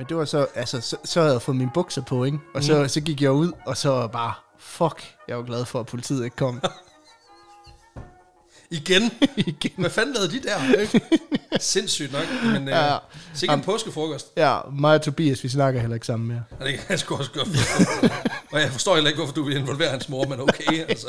Men det var så, altså, så havde jeg fået mine bukser på, ikke? Og så gik jeg ud, og så bare, fuck, jeg var glad for, at politiet ikke kom. Igen? Hvad fanden lavede de der? Ikke? Sindssygt nok. Men sikkert en påskefrokost. Ja, mig og Tobias, vi snakker heller ikke sammen mere. Ja, det kan jeg sgu også godt forstå. Og jeg forstår heller ikke, hvorfor du vil involvere hans mor, men okay, altså.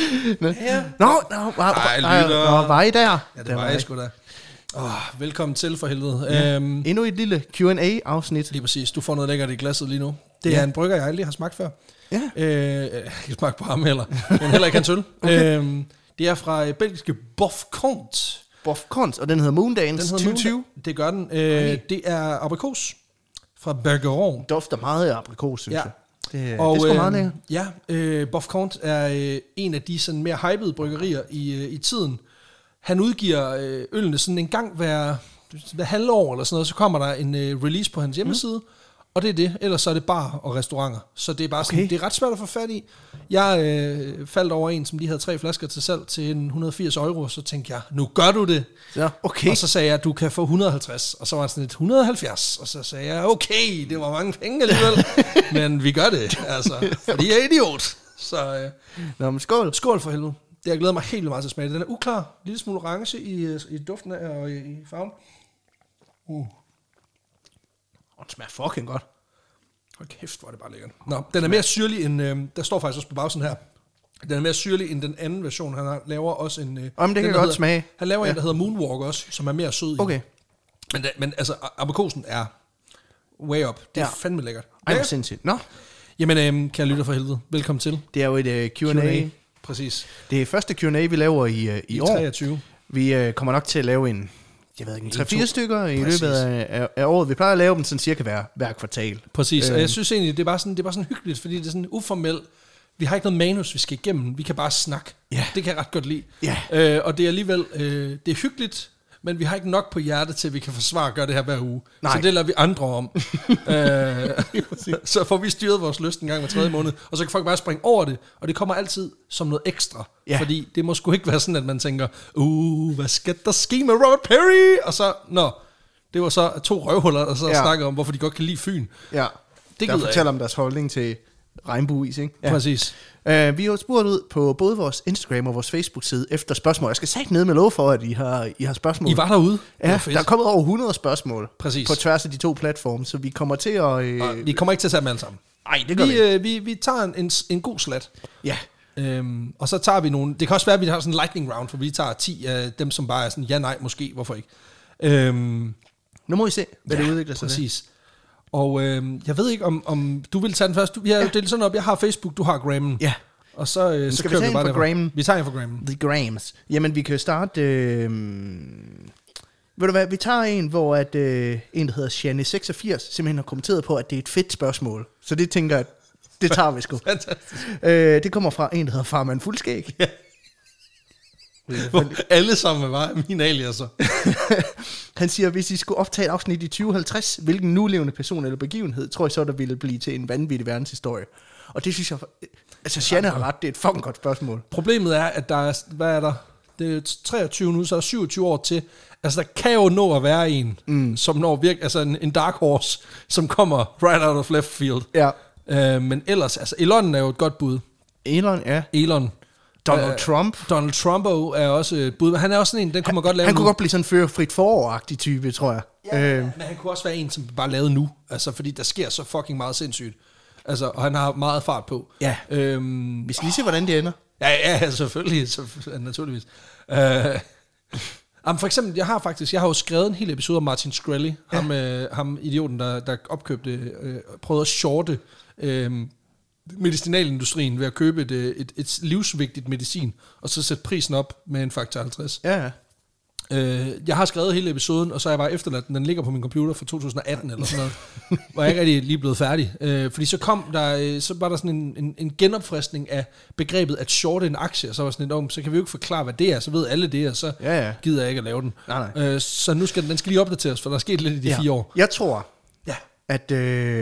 Var I der? Ja, det var jeg sgu da. Velkommen til, for helvede. Endnu et lille Q&A-afsnit. Lige præcis. Du får noget lækkert i glasset lige nu. Det er en brygger, jeg aldrig har smagt før. Ja. Jeg kan smage på ham heller, men heller ikke hans øl. Okay. Det er fra belgiske Bof Conte. Bof Conte, og den hedder Moondance 2020. Det gør den. Det er aprikos fra Bergeron. Dufter meget af aprikos, synes jeg. Det er sgu meget lækkert. Ja, Bof Conte er en af de sådan mere hypede bryggerier i tiden. Han udgiver ølene sådan en gang hver halvår eller sådan noget, så kommer der en release på hans hjemmeside, og det er det. Ellers så er det bar og restauranter. Så det er bare sådan, det er ret svært at få fat i. Jeg faldt over en, som lige havde 3 flasker til salg til 180 €, så tænkte jeg, nu gør du det. Ja, okay. Og så sagde jeg, du kan få 150, og så var det sådan et 170, og så sagde jeg, okay, det var mange penge alligevel, men vi gør det, altså, fordi jeg er idiot. Så nå, men skål. Skål for helvede. Det har glædet mig helt meget til at smage. Den er uklar, lille smule orange i duften af og i farven. Den smager fucking godt. Hold kæft, hvor er det bare lækkert. Nå, den er mere syrlig end, der står faktisk også på bagsiden her, den er mere syrlig end den anden version. Han laver også en... det kan godt smage. Han laver en, der hedder Moonwalk også, som er mere sød i. Okay. Men altså, aprikosen er way up. Det er fandme lækkert. Ej, hvor sindssygt. Nå. Jamen, kære lytter for helvede, velkommen til. Det er jo et Q&A. Præcis. Det er første Q&A, vi laver i år. 23. Vi kommer nok til at lave en 3-4 stykker i løbet af året. Vi plejer at lave dem sådan cirka hver kvartal. Præcis, og jeg synes egentlig, det er bare sådan hyggeligt, fordi det er sådan uformelt. Vi har ikke noget manus, vi skal igennem. Vi kan bare snakke. Yeah. Det kan jeg ret godt lide. Yeah. Og det er alligevel, det er hyggeligt, men vi har ikke nok på hjertet til, at vi kan forsvare at gøre det her hver uge. Nej. Så det lader vi andre om. Så får vi styret vores lyst en gang hver 3. måned, og så kan folk bare springe over det, og det kommer altid som noget ekstra. Yeah. Fordi det må sgu ikke være sådan, at man tænker, hvad skal der ske med Robert Perry? Og så, det var så 2 røvhuller, og så snakker om, hvorfor de godt kan lide Fyn. Ja, det der fortæller om deres holdning til regnbueis, ikke? Ja. Præcis. Vi har jo spurgt ud på både vores Instagram og vores Facebook-side efter spørgsmål. Jeg skal sagt ned med lov for, at I har spørgsmål. I var derude. Ja, der er kommet over 100 spørgsmål. Præcis. På tværs af de 2 platforme, så vi kommer til at... vi kommer ikke til at tage dem alle sammen. Nej, det gør vi. Vi tager en god slat. Ja. Og så tager vi nogle... Det kan også være, at vi har sådan en lightning round, hvor vi tager 10 af dem, som bare er sådan, ja, nej, måske, hvorfor ikke. Nu må I se, hvad det udvikler sig. Præcis. Og jeg ved ikke, om du vil tage den først. Vi har delt sådan op, jeg har Facebook, du har Grammen. Ja. Og så skal vi tage en for Grammen? Vi tager en for Grammen. The Grams. Jamen, vi kan jo starte... ved du hvad, vi tager en, hvor en, der hedder Shani86, simpelthen har kommenteret på, at det er et fedt spørgsmål. Så det tænker jeg, det tager vi sgu. Fantastisk. Det kommer fra en, der hedder Farman Fuldskæg. Ja. Hvor alle sammen var mine aliaser. Han siger, hvis I skulle optage et afsnit i 2050, hvilken nulevende person eller begivenhed, tror jeg så, der ville blive til en vanvittig verdenshistorie. Og det synes jeg, altså Shanna har ret, det er et fucking godt spørgsmål. Problemet er, at der er, hvad er der? Det er 23 nu, så er der 27 år til. Altså der kan jo nå at være en, som når virkelig, altså en dark horse, som kommer right out of left field. Ja. Men ellers, altså Elon er jo et godt bud. Elon. Donald Trump. Donald Trumpo er også et bud, men han er også sådan en, den kunne man godt lave. Han kunne godt blive sådan en frit forår-agtig type, tror jeg. Ja, men han kunne også være en, som bare lavede nu, altså fordi der sker så fucking meget sindssygt. Altså, og han har meget fart på. Ja. Vi skal lige se, hvordan det ender. Ja, selvfølgelig, naturligvis. For eksempel, jeg har jo skrevet en hel episode om Martin Shkreli, ham idioten, der opkøbte, prøvede at shorte medicinalindustrien ved at købe et livsvigtigt medicin, og så sætte prisen op med en faktor 50. Ja. Jeg har skrevet hele episoden, og så er jeg bare efterladt den. Den ligger på min computer fra 2018 eller sådan noget, hvor jeg ikke rigtig lige blevet færdig. Fordi så var der sådan en genopfriskning af begrebet at shorte en aktie, og så var sådan en så kan vi jo ikke forklare, hvad det er, så ved alle det, og så gider jeg ikke at lave den. Nej. Så nu skal den skal lige opdateres, for der er sket lidt i de 4 år. Jeg tror, at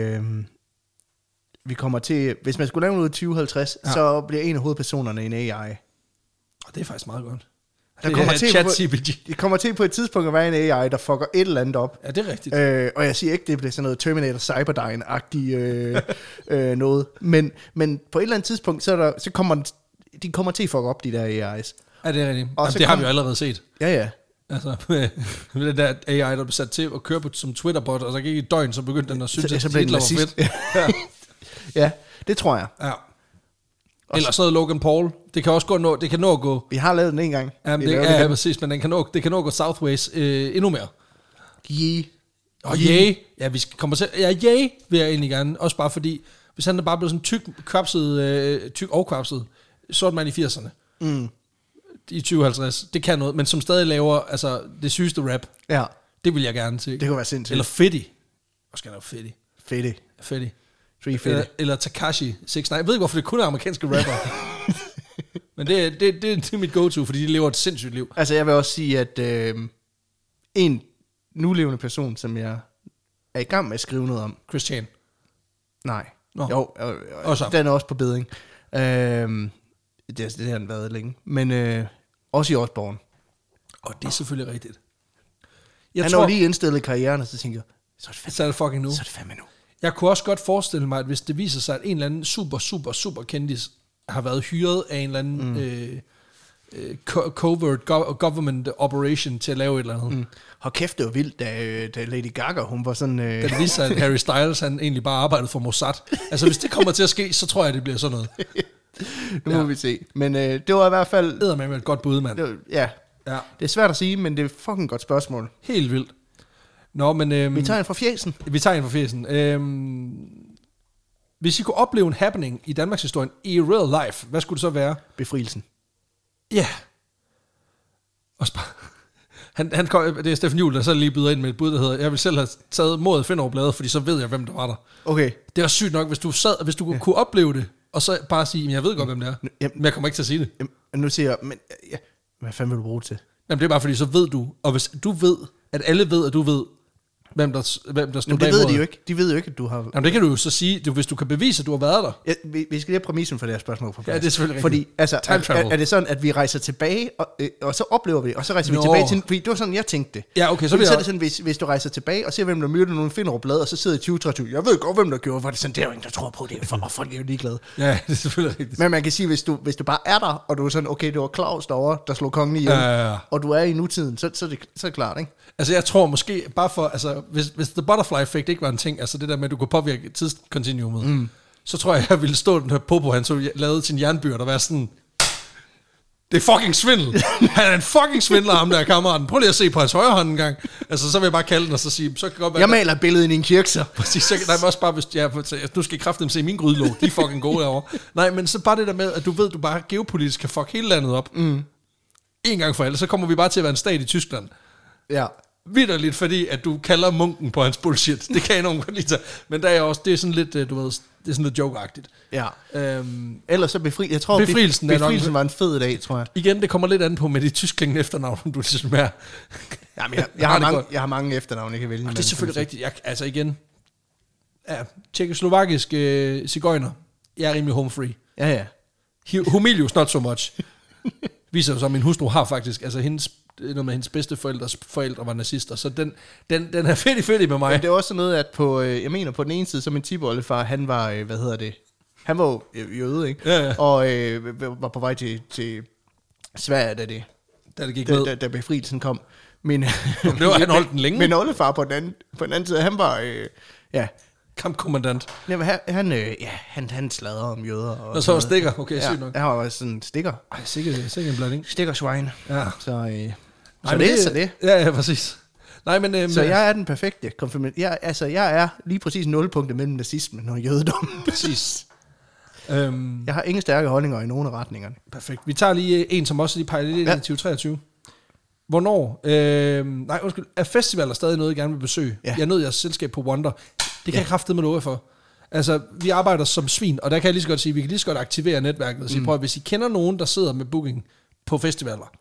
vi kommer til, hvis man skulle lave noget i 2050, så bliver en af hovedpersonerne en AI. Og det er faktisk meget godt. Det kommer til på et tidspunkt at være en AI, der fucker et eller andet op. Ja, det er rigtigt. Og jeg siger ikke, det bliver sådan noget Terminator Cyberdyne-agtigt noget. Men på et eller andet tidspunkt, så kommer til at fuck op, de der AI's. Ja, det er rigtigt. Jamen, det har vi jo allerede set. Ja. Altså, med den der AI, der blev sat til at køre som Twitter-bot, og så gik et døgn, så begyndte den at synes, at Hitler var fedt. Ja, det tror jeg. Ja. Eller sådan noget Logan Paul. Det kan også det kan nå at gå. Vi har lavet den en gang. Jamen, det præcis, men det kan nå at gå sideways endnu mere. Ja, vi kommer til. Ja, vil jeg egentlig gerne. Også bare fordi, hvis han er bare blevet sådan tyk og kvapset, sort mand i 80'erne. I 2050. Det kan noget, men som stadig laver altså det sygeste rap. Ja. Det vil jeg gerne se. Det kunne være sindssygt. Eller Fetty. Hvor skal han lave Fetty? Eller Tekashi 6ix9ine. Jeg ved ikke, hvorfor det kun er amerikanske rapper. Men det er mit go-to, fordi de lever et sindssygt liv. Altså, jeg vil også sige, at en nulevende person, som jeg er i gang med at skrive noget om. Christian. Nej. Jo, den er også på bedring. Det har den været længe. Men også i Osborne. Og det er selvfølgelig rigtigt. Han har lige indstillet karrieren, og så tænker jeg, så er det fucking nu. Så er det fandme nu. Jeg kunne også godt forestille mig, at hvis det viser sig, at en eller anden super kendis har været hyret af en eller anden covert government operation til at lave et eller andet. Hold kæft, det var vildt, da Lady Gaga, hun var sådan... Da det viste sig, at Harry Styles, han egentlig bare arbejdede for Mossad. Altså, hvis det kommer til at ske, så tror jeg, det bliver sådan noget. Nu må vi se. Men det var i hvert fald... Det med et godt bud, mand. Ja. Det er svært at sige, men det er fucking godt spørgsmål. Helt vildt. Nå, men... vi tager en fra fjesen. Hvis I kunne opleve en happening i Danmarks historien i real life, hvad skulle det så være? Befrielsen. Ja. Også bare... det er Steffen Juhl, der så lige byder ind med et bud, der hedder, jeg vil selv have taget mordet Finderup-bladet, fordi så ved jeg, hvem der var der. Okay. Det er også sygt nok, hvis du kunne opleve det, og så bare sige, jeg ved godt, hvem det er. Men jeg kommer ikke til at sige det. Nu siger jeg, hvad fanden vil du bruge det til? Jamen det er bare fordi, så ved du, og hvis du ved, at alle ved, at du ved, hvem der stod bag mordet. Det ved de jo ikke. De ved jo ikke, at du har... Jamen det kan du jo så sige, hvis du kan bevise, at du har været der. Ja, vi skal lige have præmissen for det her spørgsmål på plads. Ja, det er selvfølgelig fordi, altså, er det sådan, at vi rejser tilbage, og så oplever vi, og så rejser vi tilbage til... Fordi det var sådan, jeg tænkte det. Ja, okay, så er det sådan, hvis du rejser tilbage, og ser, hvem der myrder nogen Finderup-blad, og så sidder i 2023, jeg ved godt, hvem der gjorde, for det sådan, det er jo ingen, der tror på det, for folk er jo ligeglade. Ja, det er selvfølgelig rigtigt. Men man kan sige, hvis du bare er der, og du er sådan, okay, det var Claus derovre, der slog kongen ihjel, og du er i nutiden, så er det klart, ikke? Altså jeg tror måske, bare for, altså hvis The Butterfly Effect ikke var en ting, altså det der med, at du kunne påvirke tidskontinuumet, så tror jeg ville stå den her Popo, han så lavede sin jernbyrd og være sådan, det er fucking svindel. Han er en fucking svindler, ham der kammeraten. Prøv lige at se på hans højre hånd en gang. Altså så vil jeg bare kalde den og så sige, så kan godt være... Jeg maler et billede i en kirke, så. Præcis, så nej, men også bare, hvis du skal kraftigt se min grydelåg, de er fucking gode derovre. Nej, men så bare det der med, at du ved, du bare geopolitisk kan fuck hele landet op. En gang for alle, så kommer vi bare til at være en stat i Tyskland. Ja. Vitterligt, fordi at du kalder munken på hans bullshit. Det kan jeg enormt godt lide. Men der er også, det er sådan lidt, du ved, det er sådan lidt joke-agtigt. Ja. Ellers så jeg tror, befrielsen var en fed dag, tror jeg. Igen, det kommer lidt an på med de tyskklingende efternavn, du ligesom er. Jamen, jeg har mange efternavn, jeg kan vælge. Det er selvfølgelig rigtigt. Altså igen, tjekkoslovakisk cigøjner. Jeg er rimelig home free. Ja. Humilius not so much. Viser jo så, at min hustru har faktisk, altså noget med hendes bedste forældre var nazister, så den er fedt med mig. Men det er også noget, at jeg mener på den ene side, så min tipoldefar, han var, han var jo jøde, ikke? Ja. Og var på vej til Sverige, da det gik ned. Da befrielsen kom. Han holdt den længe. Min oldefar på den anden side, han var, kampkommandant. Jamen, han sladrer om jøder. Og så var stikker, okay, sygt nok. Han var sådan stikker. Ej, sikkert en blanding. Stikkersvejn. Ja. Så det. Ja, præcis. Nej, men... så jeg er den perfekte konfirmation. Jeg er lige præcis nulpunktet mellem nazismen og jødedom. Præcis. Jeg har ingen stærke holdninger i nogen af retningerne. Perfekt. Vi tager lige en, som også lige peger lidt ind i 2023. Hvornår? Er festivaler stadig noget, jeg gerne vil besøge? Ja. Jeg nød jeres selskab på Wonder. Det kan jeg kraftedeme love for. Altså, vi arbejder som svin, og der kan jeg lige så godt sige, vi kan lige så godt aktivere netværket og sige, prøv at hvis I kender nogen, der sidder med booking på festivaler,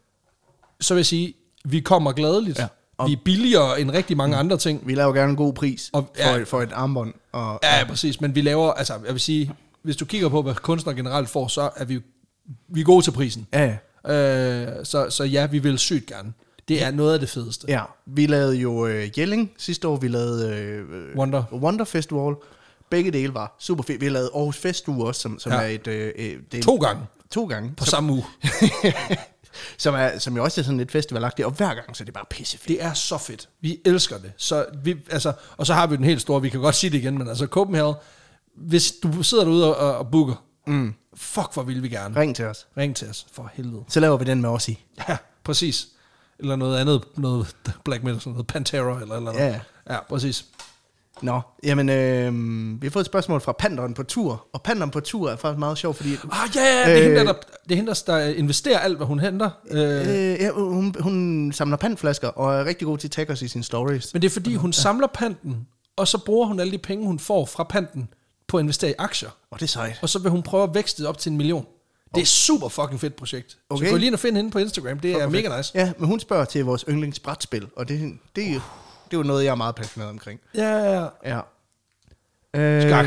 så vil jeg sige, vi kommer gladeligt. Ja. Vi er billigere end rigtig mange andre ting. Vi laver gerne en god pris for et armbånd. Ja, præcis, men vi laver, altså jeg vil sige, hvis du kigger på, hvad kunstnere generelt får, så er vi gode til prisen. Ja. Så ja, vi vil sygt gerne. Det er noget af det fedeste. Ja, vi lavede jo Jelling sidste år, vi lavede Wonder Festival. Begge dele var super fedt. Vi har lavet Aarhus Festuge også, som er et 2 gange. På som, samme uge. som jo også er sådan lidt festivalagtigt, og hver gang så er det bare pissefedt. Det er så fedt. Vi elsker det. Så og så har vi den helt store, vi kan godt sige det igen, men altså Copenhagen, hvis du sidder derude og booker, fuck hvor vil vi gerne. Ring til os, for helvede. Så laver vi den med os i. Ja, præcis. Eller noget andet, noget black metal, sådan noget Pantera eller noget. Ja, præcis. Nå, jamen, vi har fået et spørgsmål fra Panderen på tur, og Panderen på tur er faktisk meget sjov, fordi... det er hende, der investerer alt, hvad hun henter. Hun samler pantflasker, og er rigtig god til at tagge os i sine stories. Men det er fordi, hun samler panten, og så bruger hun alle de penge, hun får fra panten, på at investere i aktier. Det er sejt. Og så vil hun prøve at vækste det op til 1 million. Det er super fucking fedt projekt. Okay. Så gå lige ind og find hende på Instagram, det er mega nice. Ja, men hun spørger til vores yndlingsbrætspil, og det er jo noget, jeg er meget passioneret omkring. Ja. Skak.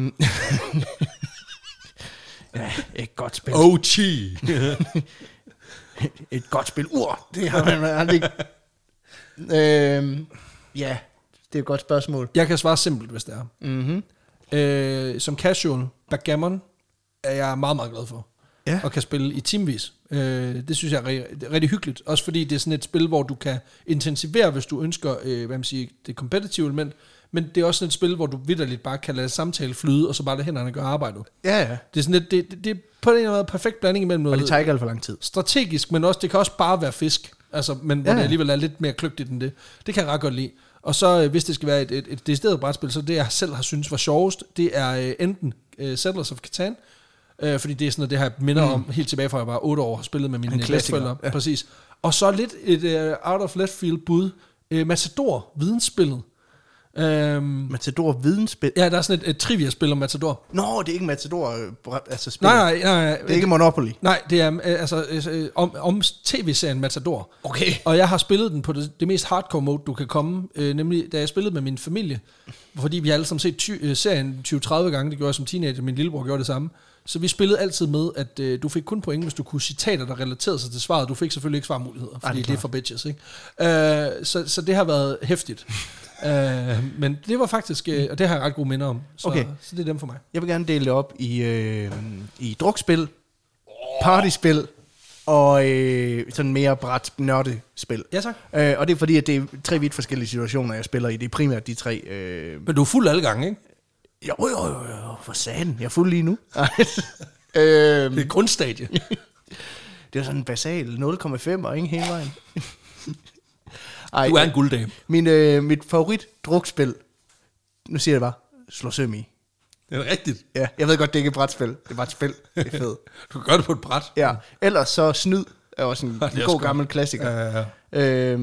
Ja, et godt spil. OG. Et godt spil. Det har man aldrig. Ja, det er et godt spørgsmål. Jeg kan svare simpelt, hvis det er. Som casual backgammon er jeg meget, meget glad for. Ja. Og kan spille i timevis. Det synes jeg er rigtig hyggeligt. Også fordi det er sådan et spil, hvor du kan intensivere, hvis du ønsker det competitive element. Men det er også sådan et spil, hvor du vitterligt bare kan lade samtale flyde, og så bare lade hænderne gøre arbejdet. Ja. Det er sådan et, det er på en eller anden perfekt blanding imellem noget. Og det tager ikke alt for lang tid. Strategisk, men også, det kan også bare være fisk. Altså, men hvor det alligevel er lidt mere kløgtigt end det. Det kan jeg ret godt lide. Og så, hvis det skal være et decideret brætspil, så det jeg selv har synes var sjovest, det er enten Settlers of Catan, fordi det er sådan noget, det her minder om helt tilbage fra jeg var 8 år, har spillet med mine bedsteforældre. Ja. Præcis. Og så lidt et out of left field bud, Matador, vidensspillet. Matador vidensspil? Ja, der er sådan et trivia-spil om Matador. Nå, det er ikke Matador, altså spil. Nej. Det er ikke Monopoly. Nej, det er om tv-serien Matador. Okay. Og jeg har spillet den på det mest hardcore mode, du kan komme, nemlig da jeg spillede med min familie, fordi vi har alle sammen set serien 20-30 gange, det gjorde jeg som teenager, min lillebror gjorde det samme. Så vi spillede altid med, at du fik kun point, hvis du kunne citater, der relaterede sig til svaret. Du fik selvfølgelig ikke svarmuligheder, fordi det er for bitches, ikke? Så det har været hæftigt. Men det var faktisk, og det har jeg ret gode minder om. Så det er dem for mig. Jeg vil gerne dele det op i drukspil, partyspil og sådan mere bræt nørdespil. Ja, tak. Og det er fordi, at det er 3 vidt forskellige situationer, jeg spiller i. Det er primært de 3. Men du er fuld alle gange, ikke? Jo, for satan. Jeg er fuld lige nu. Det er grundstadie. Det er sådan en basal 0,5 og ingen hele vejen. Du er en gulddame. Mit favorit drukspil, nu siger jeg bare, slå søm i. Det er rigtigt. Ja, jeg ved godt, det ikke er et brætspil. Det er bare et spil. Det er fedt. Du kan gøre det på et bræt. Ja, ellers så snyd er også en god gammel klassiker. Ja.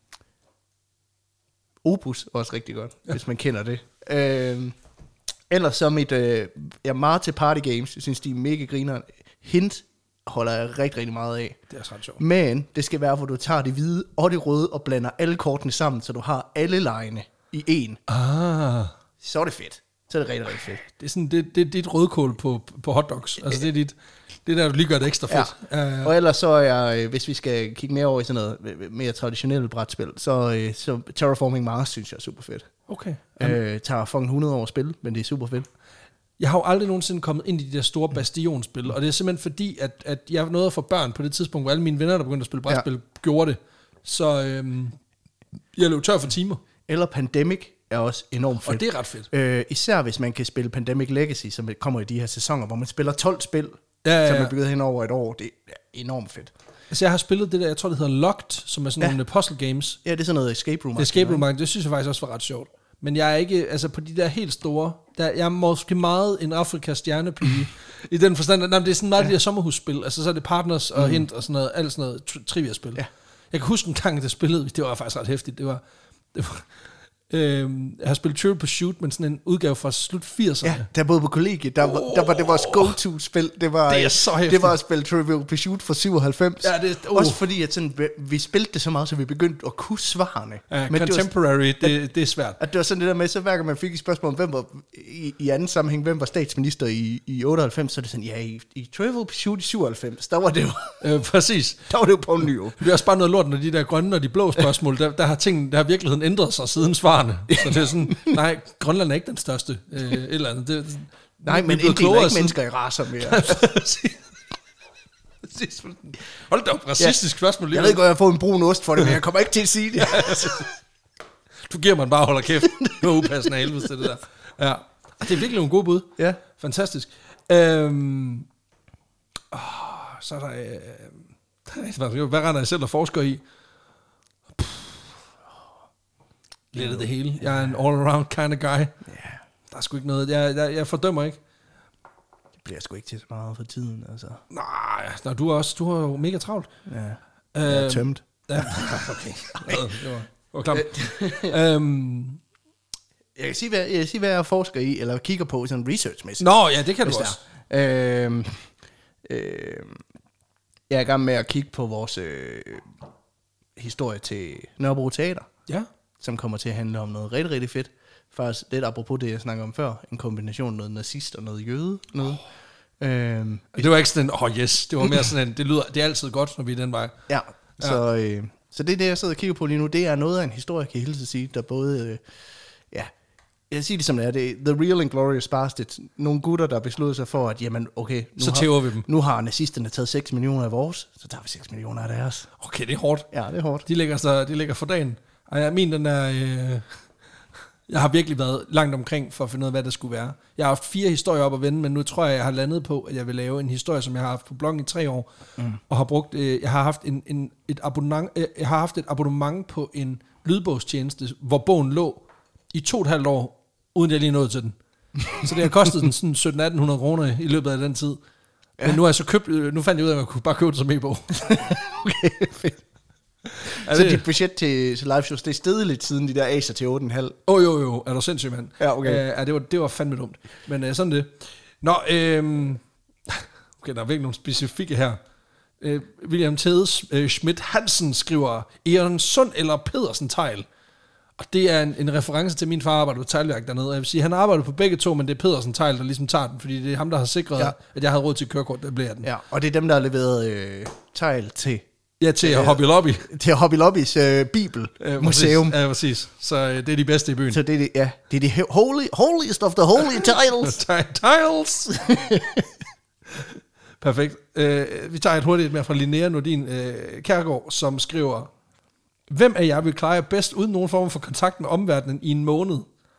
Opus er også rigtig godt, hvis man kender det. Ellers så jeg er meget til party games. Jeg synes, de er mega grineren. Hint holder jeg rigtig, rigtig meget af. Det er så sjovt. Men det skal være, hvor du tager det hvide og det røde og blander alle kortene sammen, så du har alle legene i en. Så er det fedt. Så er det rigtig, rigtig fedt. Det er sådan, det er dit rødkål på hotdogs. Altså det er der, du lige gør det ekstra fedt. Ja. Og ellers så er jeg, hvis vi skal kigge mere over i sådan noget mere traditionelt brætspil, så Terraforming Mars synes jeg er super fedt. Okay. Tager fucking 100 år at spille, men det er super fedt. Jeg har jo aldrig nogensinde kommet ind i de der store bastionspil, og det er simpelthen fordi, at jeg nåede at få børn på det tidspunkt, hvor alle mine venner, der begyndte at spille brætspil, gjorde det. Så jeg løb tør for timer. Eller Pandemic er også enormt fedt. Og det er ret fedt. Især hvis man kan spille Pandemic Legacy, som kommer i de her sæsoner, hvor man spiller 12 spil, som er bygget hen over et år. Det er enormt fedt. Altså jeg har spillet det der, jeg tror det hedder Locked, som er sådan nogle puzzle games. Ja, det er sådan noget escape room. Escape room, det synes jeg faktisk også var ret sjovt. Men jeg er ikke, altså på de der helt store, jeg er måske meget en Afrikas stjernepige, i den forstand, at det er sådan meget de der sommerhusspil, altså så er det Partners og Hint og sådan noget, alt sådan noget trivia-spil. Ja. Jeg kan huske en gang, det spillede, det var faktisk ret hæftigt, det var har spillet Trivial Pursuit, men sådan en udgave fra slut 80'erne. Ja, der boede på kollegiet, der var det vores go-to-spil. Det er så hæftigt. Det var at spille Trivial Pursuit fra 97. Ja, også fordi, at sådan, vi spilte det så meget, så vi begyndte at kunne svarene. Ja, men contemporary, det er svært. At det var sådan det der med, så hver gang man fik et spørgsmål, hvem var, i anden sammenhæng, hvem var statsminister i 98, så er det sådan, ja, i Trivial Pursuit i 97, der var det jo... præcis. Der var det jo Poul Nyrup. Det er også bare noget lort, når de der grønne og de blå spørgsmål, der har virkeligheden ændret sig siden svarene. Så det er sådan, nej, Grønland er ikke den største. Eller andet. Nej, men indtil er ikke mennesker i racer mere. Hold da op, racistisk spørgsmål. Jeg ved godt, jeg får en brun ost for det, men jeg kommer ikke til at sige det. Du giver mig bare holder kæft. Det var upassende af helvede til det der. Ja. Det er virkelig nogle gode bud. Ja. Fantastisk. Så er der... hvad render jeg selv og forsker i? Lidt af det hele. Jeg er en all-around kind of guy. Ja. Der er sgu ikke noget. Jeg fordømmer ikke. Det bliver sgu ikke til så meget for tiden, altså. Nej, du har jo mega travlt. Ja. Jeg er tømt. Ja, okay. Det var klart. Jeg kan sige, hvad jeg forsker i, eller kigger på sådan researchmæssigt. Nå, ja, det kan du også. Jeg er i gang med at kigge på vores historie til Nørrebro Teater. Ja. Som kommer til at handle om noget rigtig, rigtig fedt. Faktisk lidt apropos det, jeg snakker om før. En kombination noget nazist og noget jøde. Noget. Det var ikke sådan yes. Det var mere sådan en, det er altid godt, når vi er den vej. Ja, så det er det, jeg sidder og kigger på lige nu. Det er noget af en historie, kan jeg hilse at sige, der både... jeg siger det som det er. Det er The Real Inglourious Basterds. Nogle gutter, der besluttede sig for, at jamen, okay... Så tæver vi dem. Nu har nazisterne taget 6 millioner af vores, så tager vi 6 millioner af deres. Okay, det er hårdt. Ja, det er hårdt. De ligger for dagen. Ej, min den er... Jeg har virkelig været langt omkring for at finde ud af, hvad det skulle være. Jeg har haft 4 historier op at vende, men nu tror jeg har landet på, at jeg vil lave en historie, som jeg har haft på bloggen i 3 år, og har brugt... Jeg har haft et abonnement på en lydbogstjeneste, hvor bogen lå i 2,5 år, uden jeg lige nåede til den. Så det har kostet den sådan 1700-1800 kroner i løbet af den tid. Ja. Men nu har jeg så nu fandt jeg ud af, at jeg kunne bare købe det som e-bog. Okay, fedt. Så dit budget til live shows, det er steget lidt siden de der aser til 8,5? Jo, er du sindssyg, mand? Ja, okay. Det var fandme dumt. Men sådan det. Nå, okay, der er virkelig nogle specifikke her. William Tedes Schmidt Hansen skriver, Egon Sund eller Pedersen Tegl. Og det er en reference til min far arbejder på teglværk dernede. Jeg vil sige, han arbejder på begge to, men det er Pedersen Tegl, der ligesom tager den, fordi det er ham, der har sikret, at jeg havde råd til kørekort, der bliver den. Ja, og det er dem, der har leveret tegl til... Ja, til Hobby Lobby. Til Hobby Lobbys Bibelmuseum. Ja, præcis. Så det er de bedste i byen. Så det er de holiest of the holy titles. Titles. Perfekt. Vi tager et hurtigt mere fra Linnea Nordin Kærgaard, som skriver, hvem af jer vil klare jer bedst uden nogen form for kontakt med omverdenen i en måned?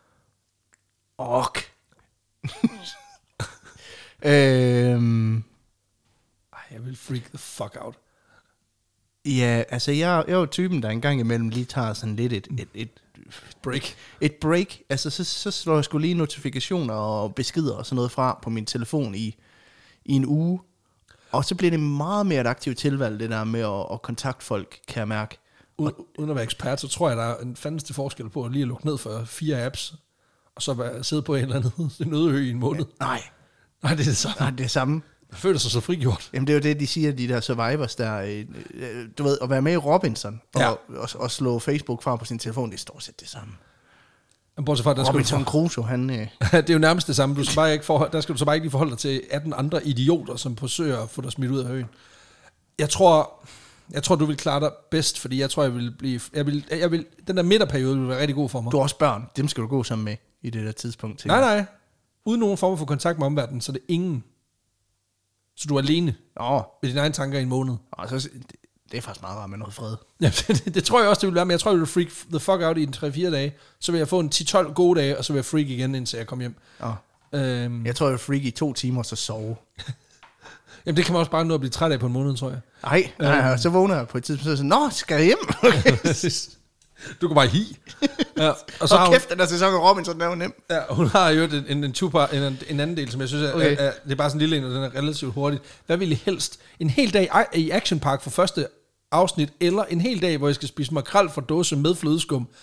Jeg vil freak the fuck out. Ja, altså jeg er jo typen, der engang imellem lige tager sådan lidt et break. Et break. Altså så slår jeg sgu lige notifikationer og beskeder og sådan noget fra på min telefon i en uge. Og så bliver det meget mere et aktivt tilvalg, det der med at kontakte folk, kan jeg mærke. Uden at være ekspert, så tror jeg, der er en fandeste forskel på at lige lukke ned for 4 apps, og så sidde på en eller anden øde i en måned. Nej, det er det samme. Nej, det er samme. Jeg føler sig så frigjort. Jamen det er jo det, de siger, de der survivors der, du ved, at være med i Robinson, og slå Facebook fra på sin telefon, det er stort set det samme. Bortset fra, Robinson Crusoe, han... det er jo nærmest det samme. Der skal du så bare ikke lige forholde dig til 18 andre idioter, som forsøger at få dig smidt ud af øen. Jeg tror, du vil klare dig bedst, fordi jeg tror, den der midterperiode vil være rigtig god for mig. Du har også børn. Dem skal du gå sammen med i det der tidspunkt. Nej. Uden nogen form for kontakt med omverdenen, så det er ingen. Så du er alene med dine egne tanker i en måned. Det er faktisk meget rart med noget fred. Ja, det tror jeg også, det vil være, men jeg tror, jeg vil freak the fuck out i 3-4 dage. Så vil jeg få en 10-12 gode dage, og så vil jeg freak igen, indtil jeg kommer hjem. Jeg tror, jeg vil freak i 2 timer, og så sove. Jamen, det kan man også bare nå at blive træt af på en måned, tror jeg. Nej, så vågner jeg på et tidspunkt, og så nå, skal jeg hjem? Du kan bare hi. Ja, og så kæft, den der sæson af Robinson, den er jo nem. Ja, hun har jo en anden del, som jeg synes, det er bare sådan en lille en, og den er relativt hurtigt. Hvad vil I helst? En hel dag i Action Park for første afsnit, eller en hel dag, hvor jeg skal spise makrel fra dåse med flødeskum?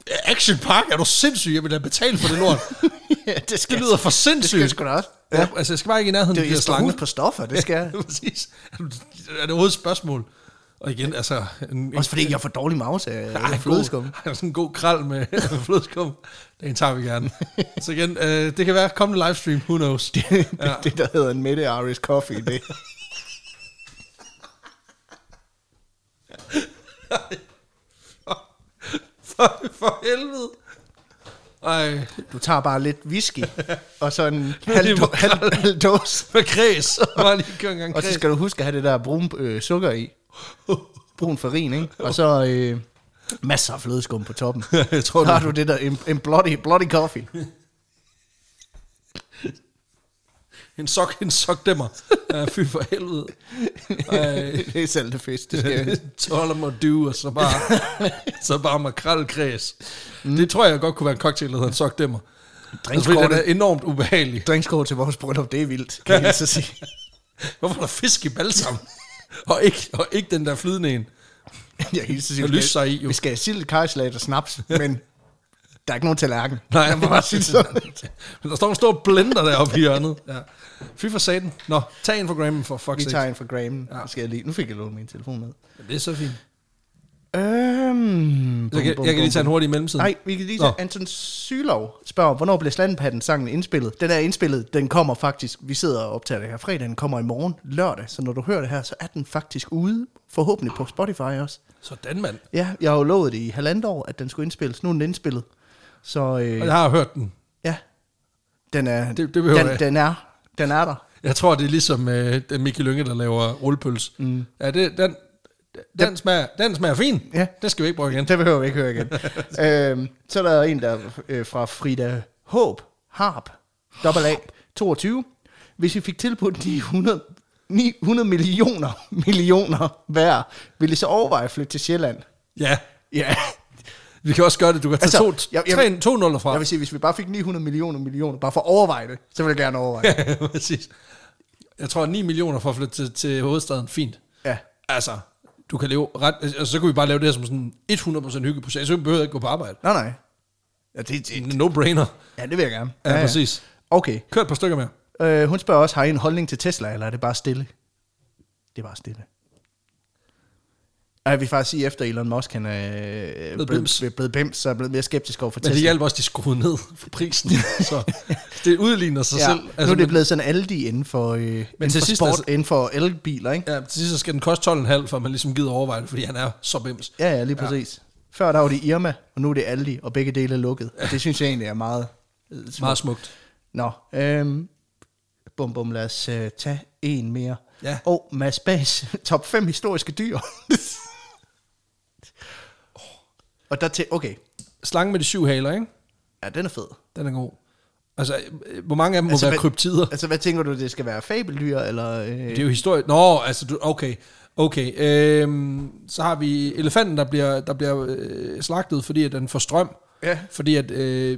Action Park? Er du sindssyg? Jeg vil da betale for det lort. Ja, Det lyder for sindssygt. Det skal jeg sgu da også. Ja. Altså, jeg skal bare ikke i nærheden af de her Jeg skal slanger. huske på stoffer, det skal jeg. Ja, præcis. Er det overhovedet et spørgsmål? Og igen, altså... Også fordi jeg får dårlig mavse af flødeskum. Sådan en god kral med flødeskum. Den tager vi gerne. Så igen, det kan være kommende livestream, who knows. Det der hedder en Mette Irish Coffee, det. For helvede. Ej. Du tager bare lidt whisky, og så en halv dåse. Med kræs. Bare lige køre en gang Og kræs. så skal du huske at have det der brun sukker i. Brun farin, ikke? Og så masser af flødeskum på toppen. Jeg tror, Så har du det der, en bloody coffee. En sok dæmmer. Ja, fy for helvede. Det er selv det fisk, det skal Toller må du, og så bare makrelkræs. Det tror jeg godt kunne være en cocktail, der hedder en sok dæmmer. Altså, fordi den er enormt ubehagelig. Drinkskål til vores bryllup, det er vildt, kan jeg så sige. Hvorfor er der fisk i balsam? og ikke den der flydende en. Jeg kan sige, Der lyser sig i, jo. vi skal have sild, kajsalat og snaps, men der er ikke nogen tallerken. Nej, jeg må bare sige sådan. Men der står en stor blender deroppe i hjørnet. Ja. Fy for satan. Nå, tag en for Graham for fuck's Vi sake. tager en for Graham. Ja. Skal jeg lige. Nu fik jeg lånt min telefon med. Men det er så fint. Jeg Jeg kan lige tage en hurtig mellemtid. Nej, vi kan lige tage. Anton Sylov spørger, hvornår bliver Slandepatten-sangen indspillet? Den er indspillet, den kommer faktisk, vi sidder og optager det her fredag, den kommer i morgen lørdag, så når du hører det her, så er den faktisk ude, forhåbentlig på Spotify også. Sådan, mand. Ja, jeg har jo lovet det i 1,5 år, at den skulle indspilles. Nu er den indspillet. Så Og jeg har hørt den. ja, den er, Det behøver jeg. den er der. Jeg tror, det er ligesom den Mikkel Lynge, der laver rullepøls. Mm. Ja, den smager fin. Ja. Det skal vi ikke bruge igen. Det behøver vi ikke høre igen. Så er der en, der fra Frida Håb, Harp, AA, 22. Hvis I fik tilbudt 900 millioner hver, ville I så overveje at flytte til Sjælland? Ja, Ja. vi kan også gøre det. Du kan tage to nuller fra. Jeg vil sige, hvis vi bare fik 900 millioner, bare for at overveje det, så vil jeg gerne overveje det. Ja, præcis. Jeg tror, 9 millioner for at flytte til hovedstaden, fint. Ja. Altså, du kan leve ret... Altså, så kunne vi bare lave det her som sådan 100% hyggeprojekt. Så vi behøver ikke gå på arbejde. Nej. Ja, det No-brainer. ja, det vil jeg gerne. Ja, præcis. Okay. Kør et par stykker mere. Hun spørger også, har I en holdning til Tesla, eller er det bare stille? Det er bare stille. Jeg vil faktisk sige, efter Elon Musk han er blevet bims, så er jeg blevet mere skeptisk over for Men Tesla. det hjælper også, de skruede ned for prisen. Så det udligner sig selv. Altså, nu er det blevet sådan Aldi inden for, inden til for sidst, sport, altså, inden for elbiler, ikke? Ja, til sidst så skal den koste 12,5, for man ligesom gider overveje det, fordi han er så bims. Ja, lige præcis. Før der var det Irma, og nu er det Aldi, og begge dele er lukket. Og det synes jeg egentlig er meget smukt. Meget smukt. Nå, lad os tage en mere. Ja. Og Mads Bags top 5 historiske dyr. Og der til, okay. Slangen med de 7 haler, ikke? Ja, den er fed. Den er god. Altså, hvor mange af dem må være kryptider? Altså, hvad tænker du, det skal være fabeldyr, eller... Det er jo historie. Nå, altså, okay. Så har vi elefanten, der bliver slagtet, fordi at den får strøm. Ja. Fordi at,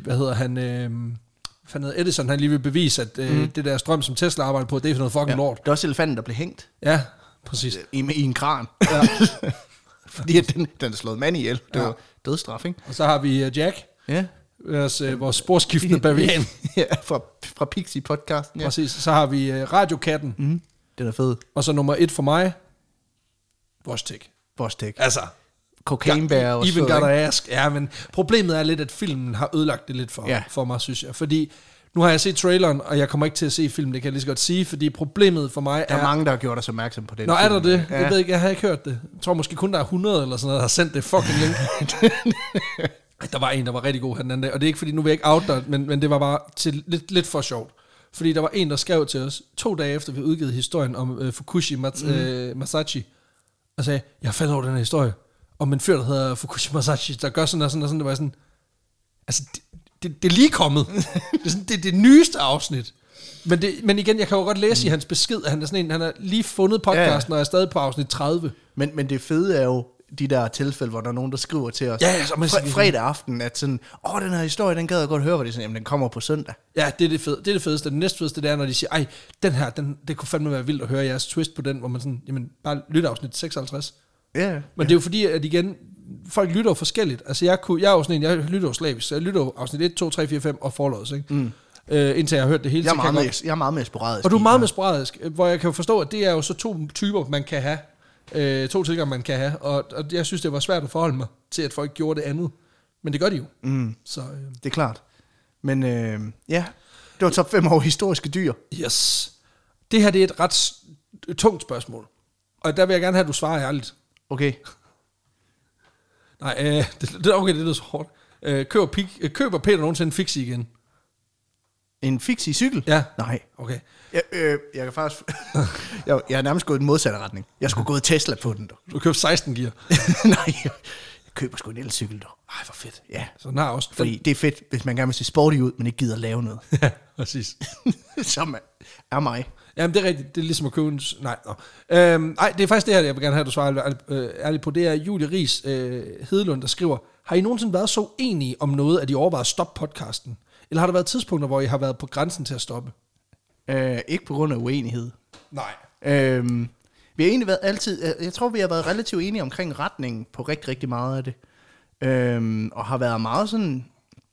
Edison, han lige vil bevise, at det der strøm, som Tesla arbejder på, det er for noget fucking lort. Det er også elefanten, der blev hængt. Ja, præcis. I en kran. Ja. Fordi at den er slået mand ihjel. Det var dødsstraf, ikke? Og så har vi Jack. Ja. Vores sporskiftende bavian. Ja, fra Pixie-podcasten. Ja. Præcis. Så har vi radiokatten. Mm. Den er fed. Og så nummer 1 for mig, Vostek. Vostek. Altså, Cocaine-bær og even gotta ask. Ja, men problemet er lidt, at filmen har ødelagt det lidt for mig, synes jeg. Fordi nu har jeg set traileren, og jeg kommer ikke til at se filmen, det kan jeg lige så godt sige, fordi problemet for mig Der er mange, der har gjort os opmærksom på det. Nå, er der det? Ja. Jeg ved ikke, jeg har ikke hørt det. Jeg tror måske kun, der er 100 eller sådan noget, der har sendt det fucking link. Der var en, der var rigtig god her den anden dag, og det er ikke fordi, nu vil jeg ikke out dig, men det var bare til lidt for sjovt. Fordi der var en, der skrev til os 2 dage efter, vi havde udgivet historien om Fukushi Masashi, og sagde, jeg faldt over den her historie, om en fyr, der hedder Fukushi Masashi, der gør sådan og sådan og sådan, det var sådan, altså, det er lige kommet. Det er det nyeste afsnit. Men igen, jeg kan jo godt læse i hans besked, at han er sådan en, han har lige fundet podcasten, og er stadig på afsnit 30. Men det fede er jo de der tilfælde, hvor der er nogen, der skriver til os fredag aften, at sådan, den her historie, den gad jeg godt høre, hvor det er sådan, jamen, den kommer på søndag. Ja, det er det fede. Det er det fedeste. Det næstfedeste, det er, når de siger, ej, den her, det kunne fandme være vildt at høre jeres twist på den, hvor man sådan, jamen, bare lyt afsnit 56. Ja. Men det er jo fordi, at igen, folk lytter jo forskelligt. Altså, jeg er jo sådan en, jeg lytter jo slavisk, så jeg lytter jo afsnit 1, 2, 3, 4, 5 og forlåds, ikke? Indtil jeg har hørt det hele. Jeg er meget mere sporadisk. Og du er meget mere sporadisk, hvor jeg kan jo forstå, at det er jo så 2 typer, man kan have. 2 tilgange, man kan have. Og jeg synes, det var svært at forholde mig til, at folk gjorde det andet. Men det gør de jo. Så, det er klart. Men ja, det var top 5 over historiske dyr. Yes. Det her, det er et ret tungt spørgsmål. Og der vil jeg gerne have, at du svarer ærligt. Okay. Nej, det lyder så hårdt. Køber Peter nogensinde en fixie igen? En fixie cykel? Ja. Nej. Okay. Jeg kan faktisk... jeg er nærmest gået i den modsatte retning. Jeg skulle gå Tesla på den, dog. Du køber 16 gear? Nej, jeg køber sgu en elcykel, dog. Ej, hvor fedt. Ja. Så den har også... Fordi det er fedt, hvis man gerne vil se sporty ud, men ikke gider at lave noget. Ja, præcis. Som er mig. Jamen, det er rigtigt. Det er ligesom at købe en... Nej, det er faktisk det her, jeg vil gerne have, at du svarer ærligt på. Det er Julie Ries Hedelund, der skriver, har I nogensinde været så enige om noget, at I overvejede at stoppe podcasten? Eller har der været tidspunkter, hvor I har været på grænsen til at stoppe? Ikke på grund af uenighed. Nej. Vi har egentlig været altid... Jeg tror, vi har været relativt enige omkring retningen på rigtig, rigtig meget af det. Og har været meget sådan...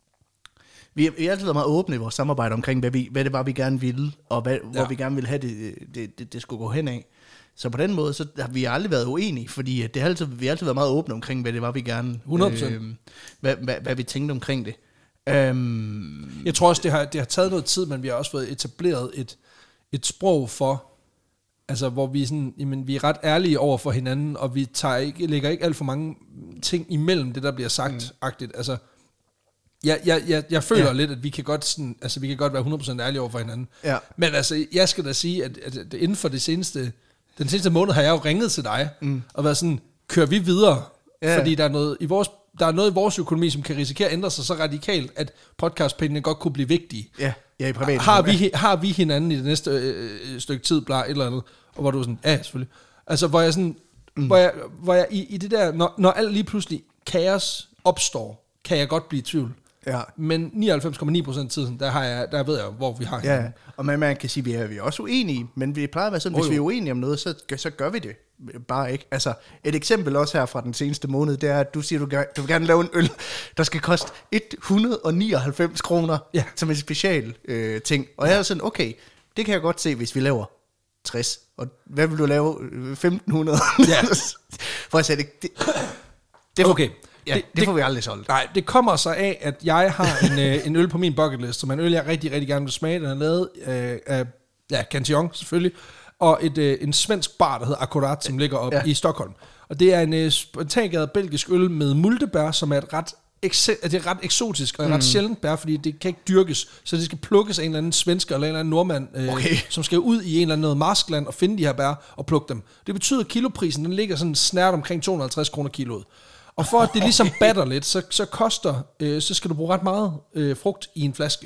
Vi har altid været meget åbne i vores samarbejde omkring, hvad det var, vi gerne ville, og hvor vi gerne ville have det skulle gå hen af. Så på den måde, så har vi aldrig været uenige, fordi vi har altid været meget åbne omkring, hvad det var, vi gerne... 100%. Hvad vi tænkte omkring det. Jeg tror også, det har taget noget tid, men vi har også fået etableret et sprog for, altså hvor vi sådan, jamen, vi er ret ærlige over for hinanden, og vi lægger ikke alt for mange ting imellem det, der bliver sagt-agtigt. Altså, jeg føler lidt, at vi kan godt sådan, altså vi kan godt være 100% ærlige over for hinanden. Ja. Men altså, jeg skal da sige, at inden for den seneste måned har jeg jo ringet til dig, og været sådan, kører vi videre? Ja. Fordi der er noget i vores økonomi, som kan risikere at ændre sig så radikalt, at podcastpengene godt kunne blive vigtige. Ja, i privat. Har vi hinanden i det næste stykke tid, et eller andet, og hvor du er sådan, ja, selvfølgelig. Altså, hvor jeg sådan, hvor jeg i det der, når alt lige pludselig kaos opstår, kan jeg godt blive i tvivl. Ja. Men 99,9% af tiden, der ved jeg, hvor vi har hinanden. Ja, og man kan sige, at vi er også uenige, men vi plejer at være sådan, hvis vi er uenige om noget, så gør vi det bare ikke. Altså, et eksempel også her fra den seneste måned, det er, at du siger, du vil gerne lave en øl, der skal koste 199 kroner som en special ting. Og jeg er sådan, okay, det kan jeg godt se, hvis vi laver 60. Og hvad vil du lave? 1500? Ja. For jeg sagde, det okay. Ja, det får vi aldrig solgt. Nej, det kommer så af, at jeg har en øl på min bucket list, som er en øl, jeg rigtig, rigtig gerne vil smage. Den er lavet af Cantillon selvfølgelig, og en svensk bar, der hedder Akkurat, som ligger op i Stockholm. Og det er en spontangæret belgisk øl med multebær, som er et ret eksotisk og et ret sjældent bær, fordi det kan ikke dyrkes, så det skal plukkes af en eller anden svensker eller en eller anden nordmand, som skal ud i en eller anden noget marskland og finde de her bær og plukke dem. Det betyder, at kiloprisen den ligger sådan snært omkring 250 kroner kiloet. Og for at det ligesom batter lidt, så skal du bruge ret meget frugt i en flaske.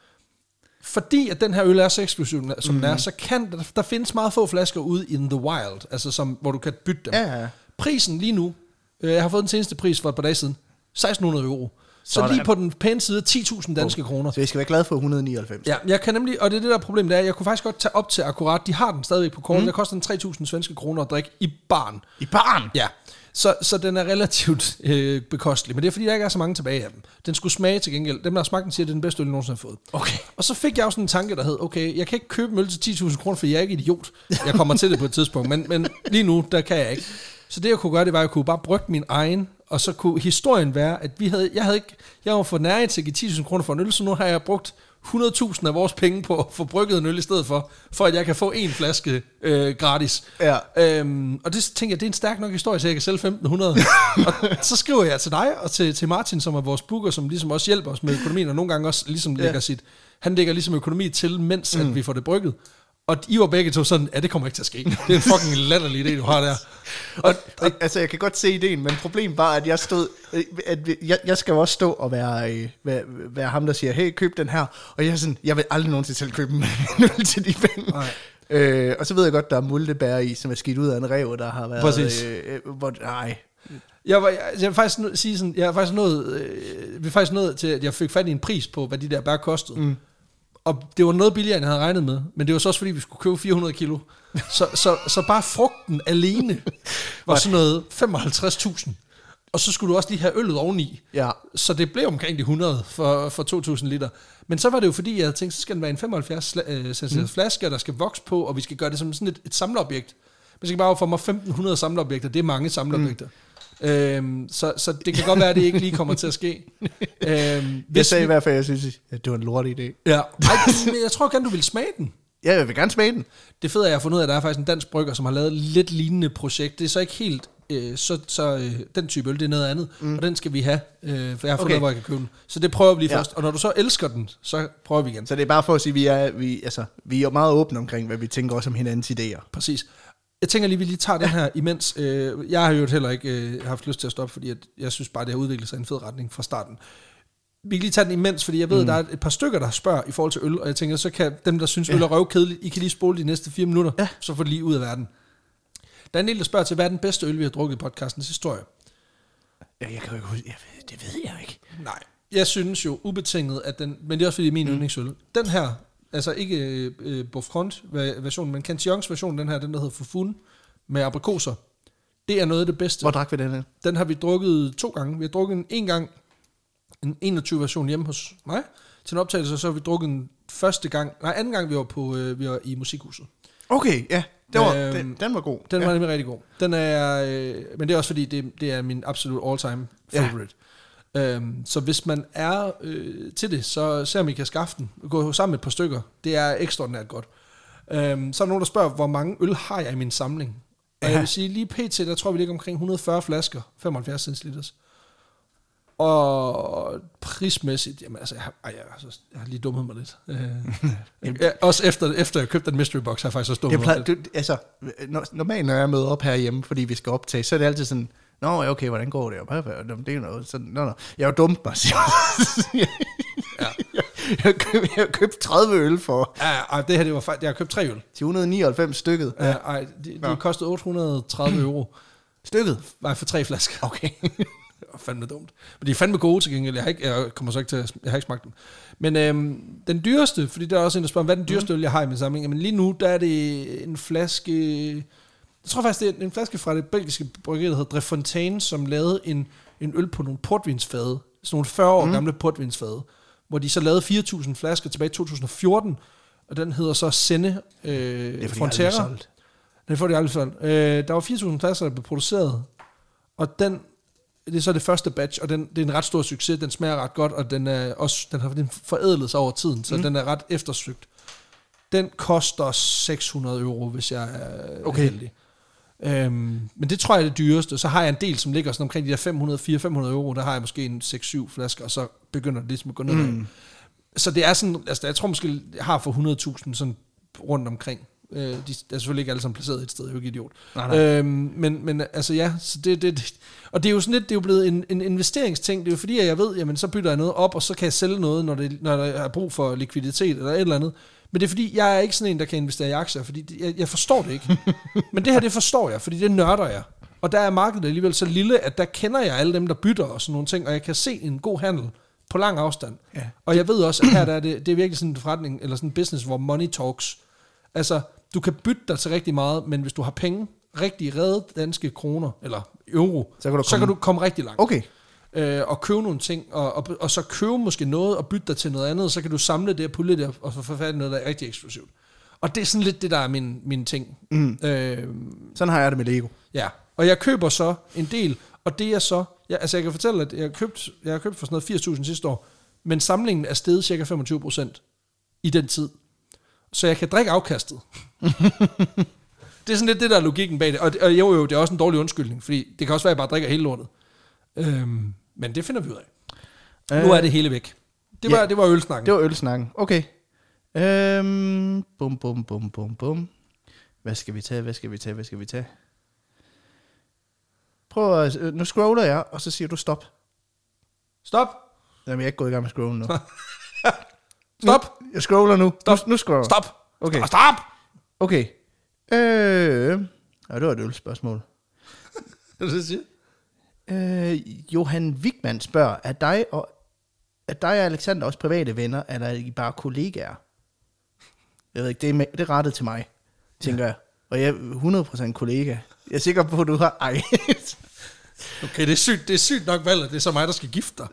Fordi at den her øl er så eksklusiv, som den er, så kan der findes meget få flasker ude in the wild, altså hvor du kan bytte dem. Ja. Prisen lige nu, jeg har fået den seneste pris for et par dage siden, 1.600 euro. Så lige på den pæne side 10.000 danske kroner. Så jeg skal være glad for 199. Ja, jeg kan nemlig, og det er det der problem, det er, jeg kunne faktisk godt tage op til Akkurat. De har den stadigvæk på kortet. Det koster den 3.000 svenske kroner at drikke i baren. I baren? Ja. Så den er relativt bekostelig, men det er fordi, der ikke er så mange tilbage af dem. Den skulle smage til gengæld. Dem, der har smagt den, siger, at det er den bedste øl, jeg nogensinde har fået. Okay. Og så fik jeg også sådan en tanke, der hed, okay, jeg kan ikke købe en øl til 10.000 kroner, for jeg er ikke idiot. Jeg kommer til det på et tidspunkt, men lige nu, der kan jeg ikke. Så det, jeg kunne gøre, det var, at jeg kunne bare brygge min egen, og så kunne historien være, at jeg var for nær til at give 10.000 kroner for en øl, så nu har jeg brugt 100.000 af vores penge på at få brygget en øl i stedet for at jeg kan få en flaske gratis. Ja. Og det tænker jeg, det er en stærk nok historie, så jeg kan sælge 1.500. Og så skriver jeg til dig og til Martin, som er vores booker, som ligesom også hjælper os med økonomien, og nogle gange også ligesom han lægger ligesom økonomi til, mens at vi får det brygget. Og I var begge to sådan, det kommer ikke til at ske. Det er en fucking latterlig idé, du har der. Og altså, jeg kan godt se ideen, men problemet var, at jeg skal jo også stå og være ham, der siger, hey, køb den her. Og jeg er sådan, jeg vil aldrig nogensinde selv købe en øl til de penge. Og så ved jeg godt, der er multebær i, som er skidt ud af en ræv, der har været... Præcis. Jeg vil faktisk sige sådan, vi er faktisk nået til, at jeg fik fat i en pris på, hvad de der bær kostede. Og det var noget billigere, end jeg havde regnet med. Men det var så også, fordi vi skulle købe 400 kilo. Så bare frugten alene var sådan noget 55.000. Og så skulle du også lige have øllet oveni. Ja. Så det blev omkring de 100 for 2.000 liter. Men så var det jo fordi, jeg tænkte, så skal den være en 75 cm flaske, der skal vokse på, og vi skal gøre det som sådan et samleobjekt. Man skal bare få mig 1.500 samleobjekter. Det er mange samleobjekter. Så det kan godt være, at det ikke lige kommer til at ske. Jeg sagde i hvert fald, at jeg synes, at det var en lort idé. Ja. Men jeg tror gerne, du vil smage den. Ja, jeg vil gerne smage den. Det fede er, at jeg har fundet ud af, at der er faktisk en dansk brygger, som har lavet lidt lignende projekt. Det er så ikke helt den type øl, det er noget andet. Og den skal vi have, for jeg har fundet ud af, hvor jeg kan købe den. Så det prøver vi lige først. Og når du så elsker den, så prøver vi igen. Så det er bare for at sige, at vi er meget åbne omkring, hvad vi tænker også om hinandens idéer. Præcis. Jeg tænker lige, vi lige tager den her imens. Jeg har jo heller ikke haft lyst til at stoppe, fordi jeg synes bare, det har udviklet sig i en fed retning fra starten. Vi kan lige tage den imens, fordi jeg ved, at der er et par stykker, der spørger i forhold til øl, og jeg tænker, så kan dem, der synes øl er røvkedeligt, I kan lige spole de næste 4 minutter, så får det lige ud af verden. Der er en del, der spørger til, hvad er den bedste øl, vi har drukket i podcastens historie? Ja, jeg kan jo ikke huske, det ved jeg ikke. Nej, jeg synes jo ubetinget, at den, men det er også fordi, det er min yndlingsøl. Den her, altså ikke Boffront-versionen, men Cantillons version, den her, den der hedder Fufun, med aprikoser. Det er noget af det bedste. Hvor drak vi den her? Den har vi drukket 2 gange. Vi har drukket en gang, en 21-version hjemme hos mig, til en optagelse, og så har vi drukket den anden gang vi var i Musikhuset. Okay, ja. Den var god. Den var nemlig rigtig god. Den er, men det er også fordi, det er min absolut all-time favorite. Så hvis man er til det, så ser om I kan skaffe den. Gå sammen med et par stykker. Det er ekstraordinært godt. Så er der nogen, der spørger, hvor mange øl har jeg i min samling? Og jeg vil sige, lige pt, der tror vi ligger omkring 140 flasker, 75 centiliters. Og prismæssigt, jamen altså, jeg har lige dummet mig lidt. Også efter jeg købte den mystery box, har jeg faktisk også dummet mig lidt. Normalt når jeg møder op herhjemme, fordi vi skal optage, så er det altid sådan, nå, okay, hvordan går det? Det er noget sådan, jeg har dumt mig, siger jeg har købt 30 øl for. Ja, det her, det var faktisk, jeg har købt 3 øl. Til 199 stykket. Ja, de kostede 830 euro. Stykket? Nej, for 3 flasker. Okay. Det var fandme dumt. Men de er fandme gode til gengæld. Jeg har ikke smagt dem. Men den dyreste, fordi der er også en, der spørger, hvad er den dyreste øl, jeg har i min samling? Men lige nu, der er det en flaske. Jeg tror faktisk, det er en flaske fra det belgiske bryggeri, der hedder Drefontaine, som lavede en øl på nogle portvinsfade. Sådan nogle 40 år gamle portvinsfade. Hvor de så lavede 4.000 flasker tilbage i 2014. Og den hedder så Senne Frontera. Den får de aldrig solgt. Der var 4.000 flasker, der blev produceret. Og det er så det første batch, og det er en ret stor succes. Den smager ret godt, og den har forædlet sig over tiden, så den er ret eftersøgt. Den koster 600 euro, hvis jeg er heldig. Men det tror jeg er det dyreste. Så har jeg en del, som ligger sådan omkring de der 400-500 euro. Der har jeg måske en 6-7 flasker, og så begynder det ligesom at gå nedad. Så det er sådan, altså jeg tror måske, jeg har for 100.000 sådan rundt omkring. De er selvfølgelig ikke alle sammen placeret et sted, jeg er jo ikke idiot. Nej. Men altså ja, så det, og det er jo sådan lidt, det er jo blevet en investeringsting. Det er jo fordi, at jeg ved, jamen så bytter jeg noget op, og så kan jeg sælge noget, når der er brug for likviditet eller et eller andet. Men det er fordi, jeg er ikke sådan en, der kan investere i aktier, fordi jeg forstår det ikke. Men det her, det forstår jeg, fordi det nørder jeg. Og der er markedet alligevel så lille, at der kender jeg alle dem, der bytter og sådan nogle ting, og jeg kan se en god handel på lang afstand. Ja. Og jeg ved også, at her der er det er virkelig sådan en forretning, eller sådan en business, hvor money talks. Altså, du kan bytte dig til rigtig meget, men hvis du har penge, rigtig redde danske kroner, eller euro, så kan du komme rigtig langt. Okay. Og købe nogle ting, og så købe måske noget, og bytte dig til noget andet, og så kan du samle det og pulle det, og få fat i noget, der er rigtig eksklusivt. Og det er sådan lidt det, der er min ting. Sådan har jeg det med Lego. Ja, og jeg køber så en del, og det er så, jeg kan fortælle, at jeg har købt for sådan noget 80.000 sidste år, men samlingen er steget cirka 25% i den tid. Så jeg kan drikke afkastet. Det er sådan lidt det, der er logikken bag det. Og jo, det er også en dårlig undskyldning, fordi det kan også være, at jeg bare drikker hele lortet. Men det finder vi ud af. Nu er det hele væk. Det var ølsnakken. Det var ølsnakken. Okay. Bum. Hvad skal vi tage? Prøv at... Nu scroller jeg, og så siger du stop. Stop? Jamen, jeg er ikke gået i gang med scrollen nu. Stop. Jeg scroller nu. Stop. Nu scroller. Stop. Okay. Stop. Okay. Det var et ølspørgsmål. Hvad det siger? Johan Wigman spørger, er dig og Alexander også private venner, eller er I bare kollegaer? Jeg ved ikke, det er rettet til mig, tænker jeg. Og jeg er 100% kollega. Jeg er sikker på, at du har... Okay, det er sygt nok valgt, at det er så mig, der skal gifte dig.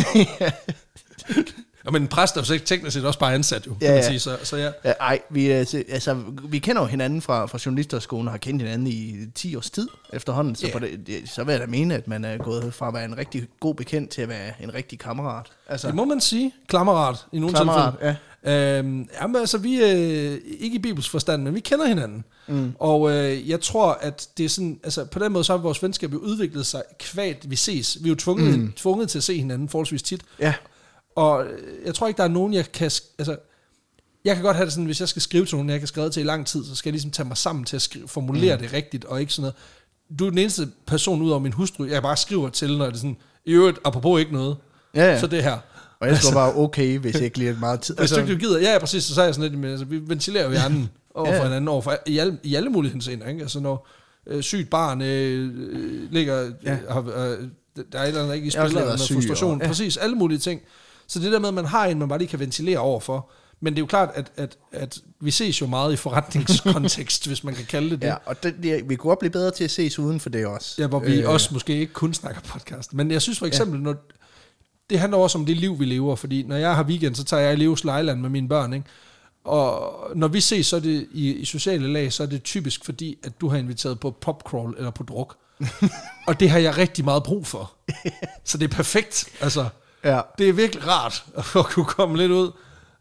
Ja, men en præst er jo teknisk set også bare ansat, jo, kan man sige. Så ja. Ej, vi kender jo hinanden fra journalisterskolen og har kendt hinanden i 10 års tid efterhånden. Så, så vil jeg da mene, at man er gået fra at være en rigtig god bekendt til at være en rigtig kammerat. Altså, det må man sige. Klammerat i nogle tilfælde. Ja. Jamen, altså, vi er ikke i Bibels forstand, men vi kender hinanden. Og jeg tror, at det er sådan, altså på den måde, så har vores venskab jo udviklet sig kvægt, vi ses. Vi er jo tvunget til at se hinanden forholdsvis tit. Ja. Og jeg tror ikke, der er nogen, jeg kan... Altså, jeg kan godt have det sådan, hvis jeg skal skrive til nogen, jeg kan skrive til i lang tid, så skal jeg ligesom tage mig sammen til at formulere det rigtigt, og ikke sådan noget. Du er den eneste person ud over min hustru, jeg bare skriver til, når det er sådan, i øvrigt, apropos ikke noget, så det her. Og jeg står bare okay, hvis jeg ikke lige har meget tid. Hvis du ikke gider, ja, præcis, så er jeg sådan lidt, men altså, vi ventilerer jo hjernen over for hinanden, i alle mulige henseender, ikke? Altså når sygt barn ligger, der er et eller andet ikke i spil, eller frustration, præcis, alle mulige ting. Så det der med, at man har en, man bare lige kan ventilere over for. Men det er jo klart, at vi ses jo meget i forretningskontekst, hvis man kan kalde det det. Ja, og vi kunne godt blive bedre til at ses uden for det også. Ja, hvor vi også måske ikke kun snakker podcast. Men jeg synes for eksempel, når det handler også om det liv, vi lever. Fordi når jeg har weekend, så tager jeg i Leos Lejland med mine børn, ikke? Og når vi ses, så er det i sociale lag, så er det typisk fordi, at du har inviteret på popcrawl eller på druk. Og det har jeg rigtig meget brug for. Så det er perfekt, altså... Ja. Det er virkelig rart at kunne komme lidt ud.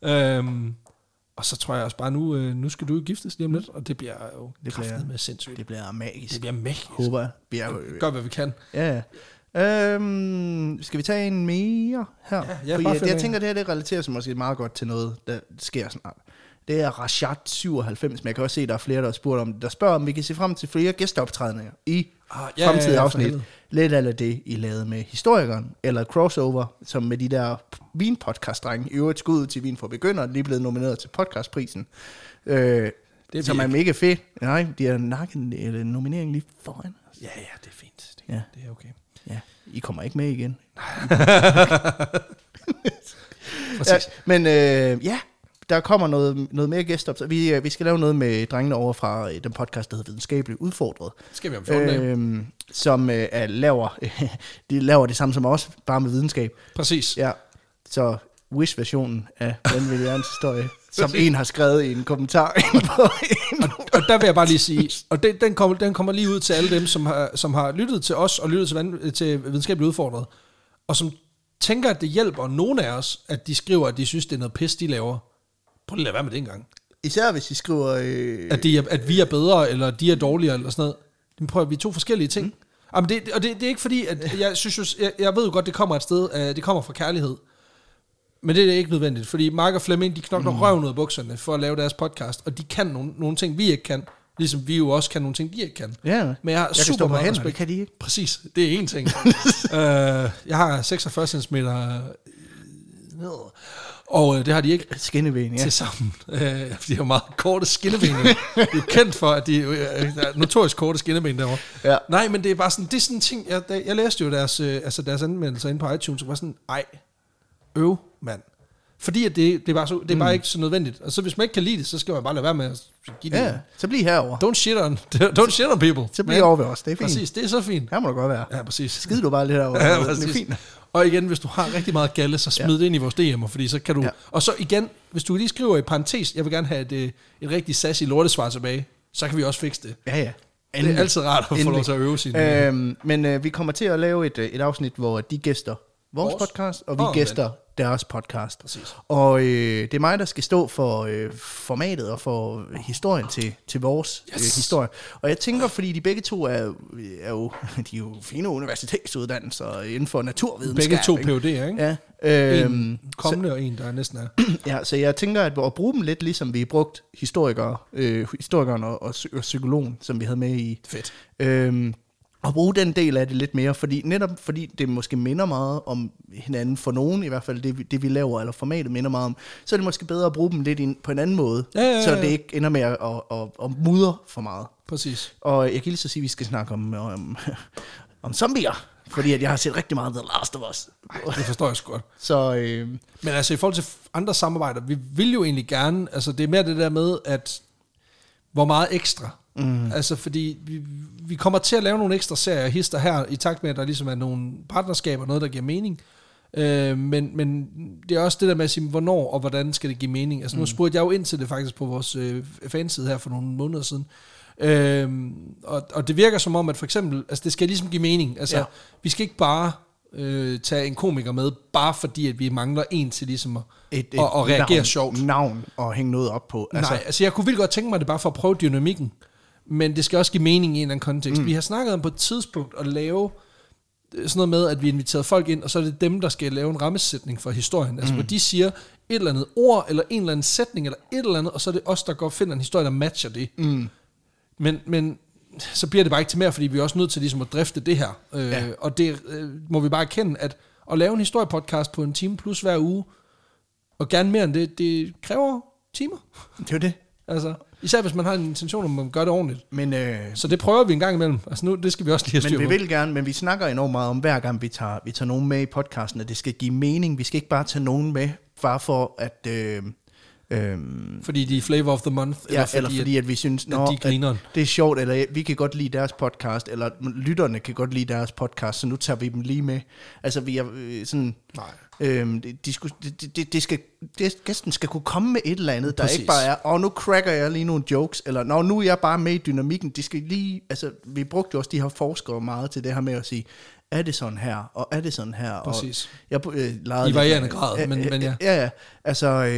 Og så tror jeg også bare, nu skal du jo giftes lige om lidt, og det bliver jo med sindssygt. Det bliver magisk. Det bliver magisk. Håber jeg. Gør, hvad vi kan. Ja. Skal vi tage en mere her? Ja, jeg tænker, det her det relaterer sig måske meget godt til noget, der sker snart. Det er Rashad97, men jeg kan også se, at der er flere, der har spurgt om det. Der spørger, om vi kan se frem til flere gæsteoptrædninger i fremtidige afsnit. Lidt eller det, I lavede med Historikeren, eller crossover, som med de der vinpodcast-drenge. I øvrigt skud til Vin for Begyndere, lige blevet nomineret til podcastprisen. Det som er mega fedt. Nej, de har nakken eller nomineringen lige foran. Ja, det er fint. Det er okay. Ja, I kommer ikke med igen. Præcis. Men der kommer noget mere gæstop. Vi skal lave noget med drengene over fra den podcast, der hedder Videnskabeligt Udfordret. Skal vi om 14 dage. Som de laver det samme som os, bare med videnskab. Præcis. Ja, så Wish-versionen af Den Milliardens Historie, som en har skrevet i en kommentar. og der vil jeg bare lige sige, og den kommer lige ud til alle dem, som har lyttet til os, og lyttet til Videnskabeligt Udfordret, og som tænker, at det hjælper nogen af os, at de skriver, at de synes, det er noget pis, de laver. Prøv lige at lade være med det engang. Især hvis de skriver... At vi er bedre, eller de er dårligere, eller sådan noget. Men prøv at vi er to forskellige ting. Jamen det er ikke fordi, at jeg synes jo, jeg ved jo godt, det kommer et sted, det kommer fra kærlighed. Men det er ikke nødvendigt, fordi Mark og Flemming, de knokler røven ud af bukserne for at lave deres podcast, og de kan nogle ting, vi ikke kan, ligesom vi jo også kan nogle ting, de ikke kan. Ja, men jeg har super meget respekt. Det kan de ikke. Præcis, det er én ting. Jeg har 46 cm ned, og det har de ikke skinneben, til sammen. De har meget korte skinneben. De er jo kendt for, at de er notorisk korte skinneben derovre. Ja. Nej, men det er bare sådan, det er sådan en ting, jeg læste jo deres anmeldelser inde på iTunes, og var sådan, mand. Fordi at det er bare så, det er bare ikke så nødvendigt. Og så hvis man ikke kan lide det, så skal man bare lade være med at give det. Ja, så bliv herover. Don't shit on people. Så bliv over ved os, det er fint. Præcis, det er så fint. Her må du godt være. Ja, præcis. Skid du bare lidt herovre. Ja, præcis. Det er fint. Og igen, hvis du har rigtig meget galle, så smid det ind i vores DM'er, fordi så kan du... Ja. Og så igen, hvis du lige skriver i parentes, jeg vil gerne have et rigtig sassy lortesvar tilbage, så kan vi også fikse det. Ja. Det er altid rart at få lov til at øve sin... Men vi kommer til at lave et afsnit, hvor de gæster vores podcast, og vi gæster deres podcast. Præcis. Og det er mig, der skal stå for formatet og for historien til vores historie. Og jeg tænker, fordi de begge to er jo fine universitetsuddannelser inden for naturvidenskab. Begge to PhD'er, ikke? Ja. En kommende og en, der næsten er. Ja, så jeg tænker at bruge dem lidt, ligesom vi brugt historikeren og psykologen, som vi havde med i. Fedt. Og bruge den del af det lidt mere, fordi det måske minder meget om hinanden, for nogen i hvert fald, det vi laver, eller formatet minder meget om, så er det måske bedre at bruge dem lidt på en anden måde, så det ikke ender med at mudre for meget. Præcis. Og jeg kan lige så sige, at vi skal snakke om zombier, fordi at jeg har set rigtig meget The Last of Us. Det forstår jeg sgu godt. Så, men altså i forhold til andre samarbejder, vi vil jo egentlig gerne, altså det er mere det der med, at hvor meget ekstra. Altså fordi vi kommer til at lave nogle ekstra serier hister her, i takt med, at der ligesom er nogle partnerskaber, noget, der giver mening. Men det er også det der med at sige, hvornår og hvordan skal det give mening. Altså nu spurgte jeg jo ind til det faktisk på vores fanside her for nogle måneder siden. Og det virker som om, at for eksempel, altså det skal ligesom give mening. Altså vi skal ikke bare tage en komiker med, bare fordi at vi mangler en til ligesom at reagere sjovt. Navn og hænge noget op på. Altså. Nej, altså jeg kunne vildt godt tænke mig det bare for at prøve dynamikken, men det skal også give mening i en eller anden kontekst. Vi har snakket om på et tidspunkt at lave sådan noget med, at vi inviterede folk ind, og så er det dem, der skal lave en rammesætning for historien. Altså hvor de siger et eller andet ord, eller en eller anden sætning, eller et eller andet, og så er det os, der går og finder en historie, der matcher det. Men så bliver det bare ikke til mere, fordi vi er også nødt til ligesom at drifte det her. Og det må vi bare erkende, at lave en historiepodcast på 1 time plus hver uge, og gerne mere end det kræver timer. Det er jo det. Altså, især hvis man har en intention om at gøre det ordentligt. Men, så det prøver vi en gang imellem. Altså nu, det skal vi også lige have styr på. Men vi vil gerne, men vi snakker enormt meget om, hver gang vi tager nogen med i podcasten, at det skal give mening. Vi skal ikke bare tage nogen med, bare for at... fordi de er flavor of the month, eller fordi at vi synes, at de griner. Det er sjovt, eller vi kan godt lide deres podcast, eller lytterne kan godt lide deres podcast, så nu tager vi dem lige med. Altså vi er sådan... Nej. Gæsten skal kunne komme med et eller andet, der ikke bare er, nu cracker jeg lige nogle jokes, eller nu er jeg bare med i dynamikken. De skal lige, altså vi brugte jo også de her forskere meget til det her med at sige, er det sådan her, og er det sådan her. Præcis. Og i varierende grad, men ja. Ja, altså,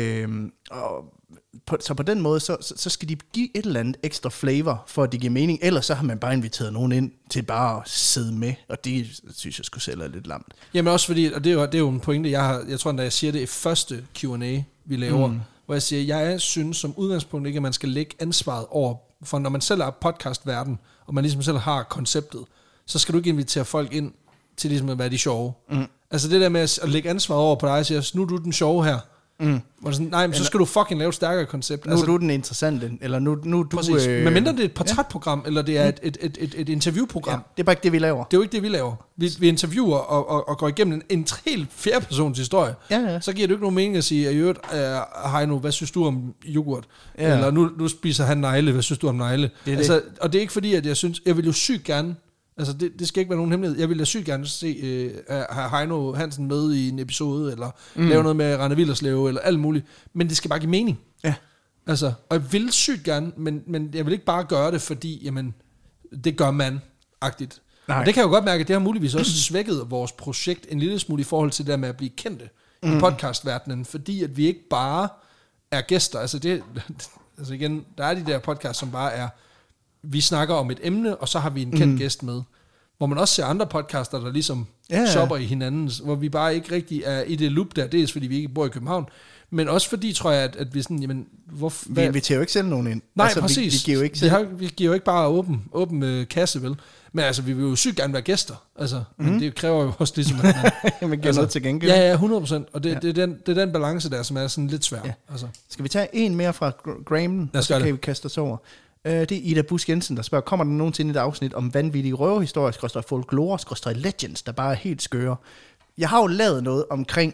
så på den måde, så skal de give et eller andet ekstra flavor, for at det giver mening, ellers så har man bare inviteret nogen ind til bare at sidde med, og det synes jeg skulle selv er lidt lamt. Jamen også fordi, og det er jo en pointe, jeg tror, når jeg siger det i første Q&A, vi laver, hvor jeg siger, jeg synes som udgangspunkt ikke, at man skal lægge ansvaret over, for når man selv er podcastverden, og man ligesom selv har konceptet, så skal du ikke invitere folk ind til ligesom at være de sjove. Altså det der med at lægge ansvaret over på dig og sige, nu er du den sjove her. Hvor sådan, nej, men så skal du fucking lave et stærkere koncept. Nu er du den interessante, eller nu er du... Men mindre det er et portrætprogram, eller det er et interviewprogram. Ja, det er bare ikke det, vi laver. Det er jo ikke det, vi laver. Vi interviewer og går igennem en helt fjerdepersons historie. Ja. Så giver det ikke nogen mening at sige, at i øvrigt, Heino, hvad synes du om yoghurt? Ja. Eller nu spiser han negle, hvad synes du om negle? Altså, og det er ikke fordi, at jeg synes, jeg vil jo sygt gerne, altså det skal ikke være nogen hemmelighed. Jeg ville da sygt gerne se Heino Hansen med i en episode, eller lave noget med Rane Willerslev, eller alt muligt. Men det skal bare give mening. Ja. Altså, og jeg vil sygt gerne, men jeg vil ikke bare gøre det, fordi, jamen, det gør man-agtigt. Og det kan jeg jo godt mærke, at det har muligvis også svækket vores projekt en lille smule i forhold til det der med at blive kendte i podcastverdenen, fordi at vi ikke bare er gæster. Altså igen, der er de der podcasts, som bare er, vi snakker om et emne, og så har vi en kendt gæst med. Hvor man også ser andre podcaster, der ligesom shopper i hinanden, hvor vi bare ikke rigtig er i det loop der. Det er fordi, vi ikke bor i København. Men også fordi, tror jeg, at vi sådan, jamen... Vi inviterer jo ikke selv nogen ind. Nej, altså, præcis. Vi giver jo ikke selv. Vi giver jo ikke bare åben kasse, vel? Men altså, vi vil jo sygt gerne være gæster. Altså, men det kræver jo også ligesom... man giver noget til gengæld. Ja, 100%. Og det er den balance der, som er sådan lidt svær. Ja. Altså. Skal vi tage en mere fra Graham, og så kan vi kaste os over? Det er Ida Busk Jensen, der spørger, kommer der nogensinde et afsnit om vanvittige røverhistorier, folklore, legends, der bare er helt skøre? Jeg har jo lavet noget omkring,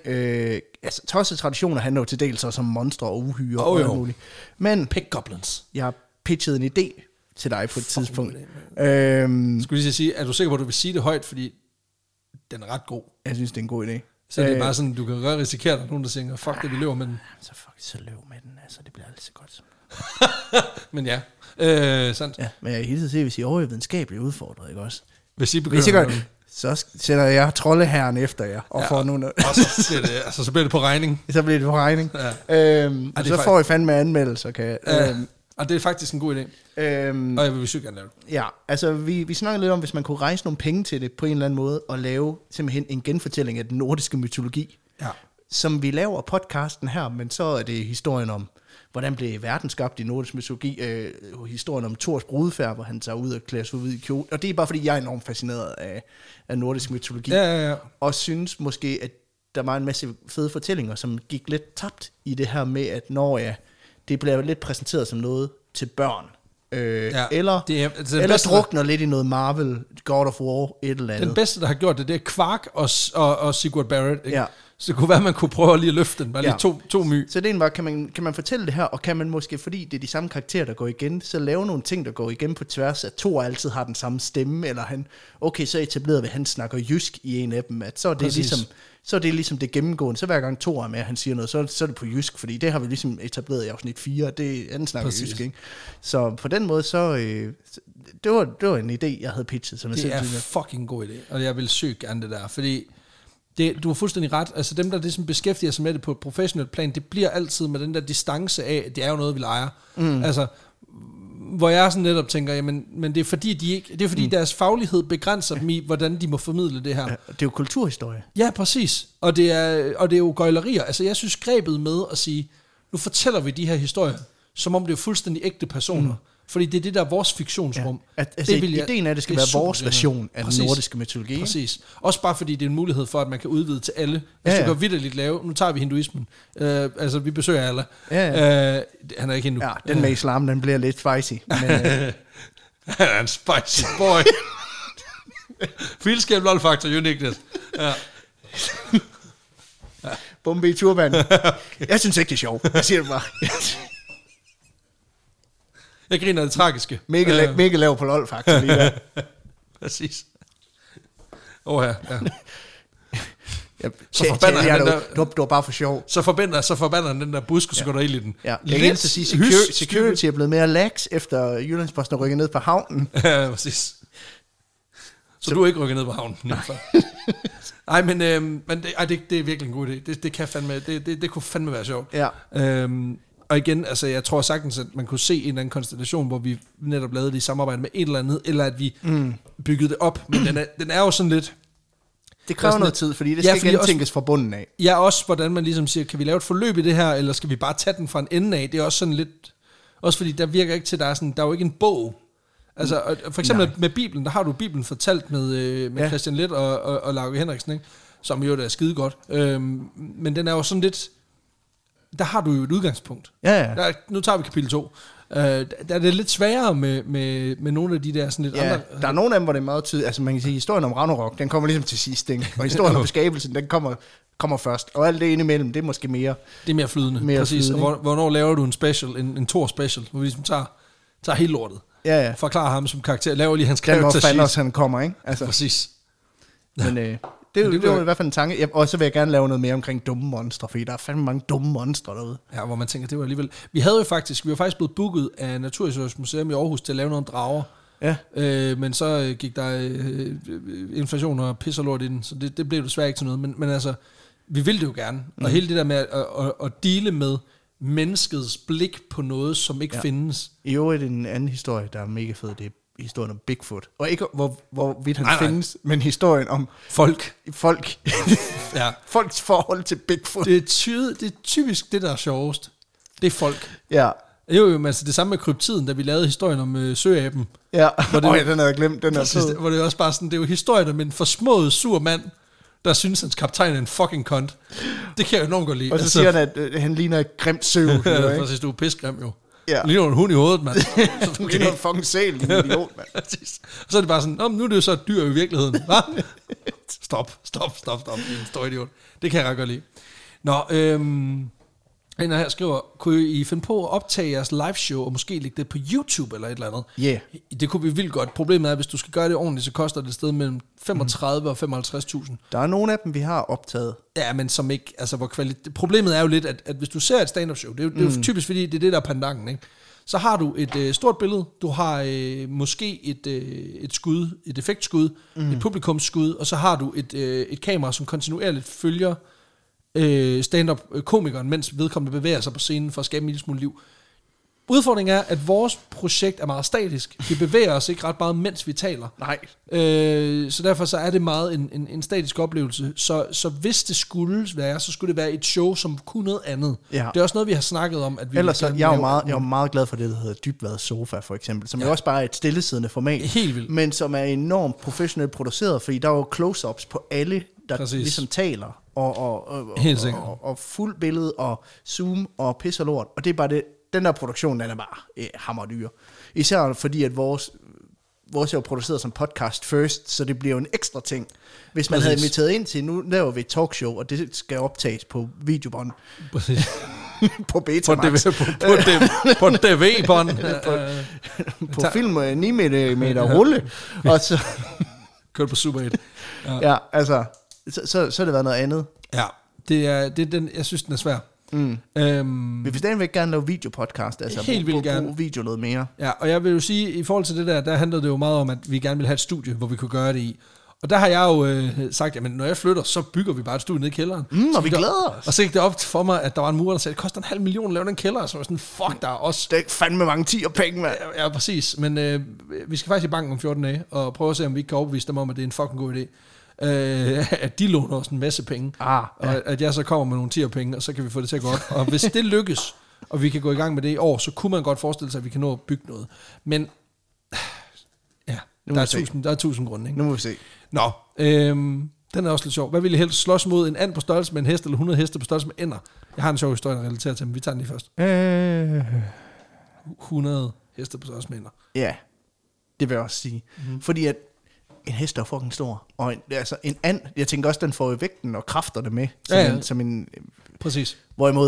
tosset traditioner handler jo til dels også om monstre og uhyre og alt muligt. Men Pick Goblins. Jeg har pitchet en idé til dig på et tidspunkt. Skulle lige sige, er du sikker på, at du vil sige det højt, fordi den er ret god? Jeg synes, det er en god idé. Så det er bare sådan, du kan godt risikere, at der er nogen, der tænker, fuck det, vi løber med den. Så løb med den, altså det bliver aldrig så godt. Men ja, sandt. Ja, men jeg kan hele tiden se, hvis I er videnskabeligt udfordret, ikke også? Hvis I begynder så sætter jeg troldeherren efter jer, og får nogle... Og så bliver det på regning. Så bliver det på regning. Ja. Og så får I fandme anmeldelser, kan jeg. Og det er faktisk en god idé. Og jeg vil sygt gerne lave det. Ja, altså vi snakker lidt om, hvis man kunne rejse nogle penge til det på en eller anden måde, og lave simpelthen en genfortælling af den nordiske mytologi, som vi laver podcasten her, men så er det historien om, hvordan blev verden skabt i nordisk mytologi, historien om Thors brudefærd, hvor han tager ud og klæder sig ud i kjole. Og det er bare fordi, jeg er enormt fascineret af nordisk mytologi. Ja. Og synes måske, at der var en masse fede fortællinger, som gik lidt tabt i det her med, at det bliver lidt præsenteret som noget til børn. Eller drukner lidt i noget Marvel, God of War, et eller andet. Den bedste, der har gjort det, det er Quark og Sigurd Barrett, ikke? Så det kunne være, at man kunne prøve lige at løfte den. Bare lige to my. Så det var, kan man fortælle det her, og kan man måske, fordi det er de samme karakterer, der går igen, så lave nogle ting, der går igen på tværs, at Thor altid har den samme stemme, eller så etablerede vi, at han snakker jysk i en af dem, at så er det ligesom det gennemgående. Så hver gang Thor er med, at han siger noget, så er det på jysk, fordi det har vi ligesom etableret i afsnit 4, han snakker jysk, ikke? Så på den måde, det var en idé, jeg havde pitchet. Som det er fucking god idé, og jeg vil sygt gerne det der, fordi du har fuldstændig ret. Altså dem, der ligesom beskæftiger sig med det på et professionelt plan, det bliver altid med den der distance af, at det er jo noget, vi leger. Altså, hvor jeg sådan netop tænker, jamen, men det er fordi, deres faglighed begrænser dem i, hvordan de må formidle det her. Ja, det er jo kulturhistorie. Ja, præcis. Og det er jo gøjlerier. Altså, jeg synes grebet med at sige, nu fortæller vi de her historier, som om det er fuldstændig ægte personer. Fordi det er det der vores fiktionsrum. Ja, ideen er, at det skal være vores version af den nordiske mytologi. Præcis. Også bare fordi det er en mulighed for, at man kan udvide til alle. Hvis du går vitterligt lave, nu tager vi hinduismen. Altså, vi besøger alle. Han er ikke hindu. Ja, den med islam, den bliver lidt spicy. Men, han er en spicy boy. Fieldskab lol factor, uniqueness. Ja. Bombe i turban. Okay. Jeg synes ikke, det er sjovt. Jeg siger det bare. Jeg griner det tragiske. Mega lav på lol, faktisk. Lige der. Præcis. Ja. Så forbander han den der... Det var bare for sjov. Så forbander han den der busk, og så går der ild i den. Ja. Jeg kan sige, security er blevet mere lax, efter Jyllandsposten er rykket ned på havnen. Ja, præcis. Så du er ikke rykket ned på havnen? Nej, men det er virkelig en god idé. Det kan fandme, det kunne fandme være sjovt. Ja. Og igen, altså jeg tror sagtens, at man kunne se en eller anden konstellation, hvor vi netop lavede det i samarbejde med et eller andet, eller at vi byggede det op. Men den er jo sådan lidt... Det kræver noget tid, fordi det skal gentænkes fra bunden af. Ja, også hvordan man ligesom siger, kan vi lave et forløb i det her, eller skal vi bare tage den fra en ende af? Det er også sådan lidt... Også fordi der virker ikke til, der er jo ikke en bog. Altså for eksempel med Bibelen, der har du Bibelen fortalt med Christian Leth og Lauke Henriksen, ikke? Som jo er skide godt. Men den er jo sådan lidt... Der har du jo et udgangspunkt. Ja. Nu tager vi kapitel 2. Der er det lidt sværere med nogle af de der sådan lidt andre... Der er nogle af dem, hvor det er meget tydeligt. Altså man kan sige, historien om Ragnarok, den kommer ligesom til sidst, ikke? Og historien om skabelsen, den kommer først. Og alt det indimellem, det er måske mere... Det er mere flydende. Præcis. Og hvornår laver du en special, en Thor special, hvor vi ligesom tager hele lortet. Ja. Forklarer ham som karakter. Laver lige hans karakter. Den hvor fanders han kommer, ikke? Altså. Præcis. Men... Det var i hvert fald en tanke. Og så vil jeg gerne lave noget mere omkring dumme monstre, fordi der er fandme mange dumme monstre derude. Ja, hvor man tænker, det var alligevel... Vi var faktisk blevet booket af Naturhistorisk Museum i Aarhus til at lave nogle drager. Ja. Men så gik der inflation og pis og lort i den, så det blev desværre ikke til noget. Men altså, vi ville det jo gerne. Og hele det der med at deale med menneskets blik på noget, som ikke findes. I øvrigt en anden historie, der er mega fed, det er historien om Bigfoot. Og ikke hvor vidt han findes, men historien om folk. Ja. Folks forhold til Bigfoot. Det er typisk det, der er sjovest. Det er folk. Ja. Jo, men altså det samme med kryptiden, da vi lavede historien om søaben. Ja, den havde jeg glemt. Den er fed. Hvor det er også bare sådan, det er jo historien om en forsmået sur mand, der synes, hans kaptajn er en fucking kont. Det kan jeg jo enormt godt lide. Og så siger han, at han ligner et grimt søv. Ja, præcis, du er pissegrim jo. Ja. Lige en hund i hovedet, mand. Så du ligner en fucking sæl, en idiot, mand. Og så er det bare sådan, nu er det jo så et dyr i virkeligheden. Hva? Stop, en stor idiot. Det kan jeg ret godt lide. Nå, en her skriver, kunne I finde på at optage jeres live show, og måske lægge det på YouTube eller et eller andet? Yeah. Det kunne vi vildt godt. Problemet er, at hvis du skal gøre det ordentligt, så koster det et sted mellem 35 og 55.000. Der er nogle af dem, vi har optaget. Ja, men som ikke, altså hvor problemet er jo lidt, at hvis du ser et stand-up show, det er jo typisk fordi, det er det, der er pandangen, ikke? Så har du et stort billede, du har måske et skud, et effektskud, et publikumsskud, og så har du et kamera, som kontinuerligt følger stand-up-komikeren, mens vedkommende bevæger sig på scenen for at skabe en lille smule liv. Udfordringen er, at vores projekt er meget statisk. Vi bevæger os ikke ret meget, mens vi taler. Nej. Så derfor så er det meget en statisk oplevelse. Så hvis det skulle være, så skulle det være et show, som kunne noget andet. Ja. Det er også noget, vi har snakket om. At vi ellers jeg er meget glad for det, der hedder Dybvad Sofa, for eksempel, som jo også bare er et stillesiddende format. Helt vildt. Men som er enormt professionelt produceret, fordi der er jo close-ups på alle, der ligesom taler. Og fuld billede, og zoom, og pis og lort. Og det er bare det. Den der produktion, den er bare hammerdyr. Især fordi, at vores vores er jo produceret som podcast first, så det bliver jo en ekstra ting. Hvis man havde inviteret ind til, nu laver vi et talkshow, og det skal optages på videobånd. Præcis. På Betamax. På DV-bånd. på film 9 meter rulle. Og så... Kørt på Super 8. Ja, altså, så har det været noget andet. Ja, det er den, jeg synes, den er svær. Vi vil stadigvæk gerne lave videopodcast, altså helt vildt gerne. Bruge video noget mere. Ja, og jeg vil jo sige, i forhold til det der handler det jo meget om, at vi gerne vil have et studie, hvor vi kunne gøre det i. Og der har jeg jo sagt, jamen når jeg flytter, så bygger vi bare et studie ned i kælderen. Og vi glæder os. Og så gik det op for mig, at der var en murer, der sagde, det koster 500.000 at lave den kælder. Så var sådan, fuck, der er også... Det er fandme mange 10 penge, mand. Ja, præcis. Men vi skal faktisk i banken om 14 dage, og prøve at se, om vi ikke kan overbevise dem om, at det er en fucking god idé. At de låner os en masse penge, og at jeg så kommer med nogle 10 penge, og så kan vi få det til at gå op. Og hvis det lykkes, og vi kan gå i gang med det i år, så kunne man godt forestille sig, at vi kan nå at bygge noget. Men ja, der er 1000 grunde, ikke? Nu må vi se. Nå, den er også lidt sjov. Hvad vil I helst slås mod en and på størrelse med en hest, eller 100 heste på størrelse med ender? Jeg har en sjov historie, der relaterer til, men vi tager den lige først. 100 heste på størrelse med ender. Ja, det vil jeg også sige. Fordi at en hest er fucking stor, og en and, jeg tænker også, den får jo vægten og kræfterne med, som en præcis. Hvorimod,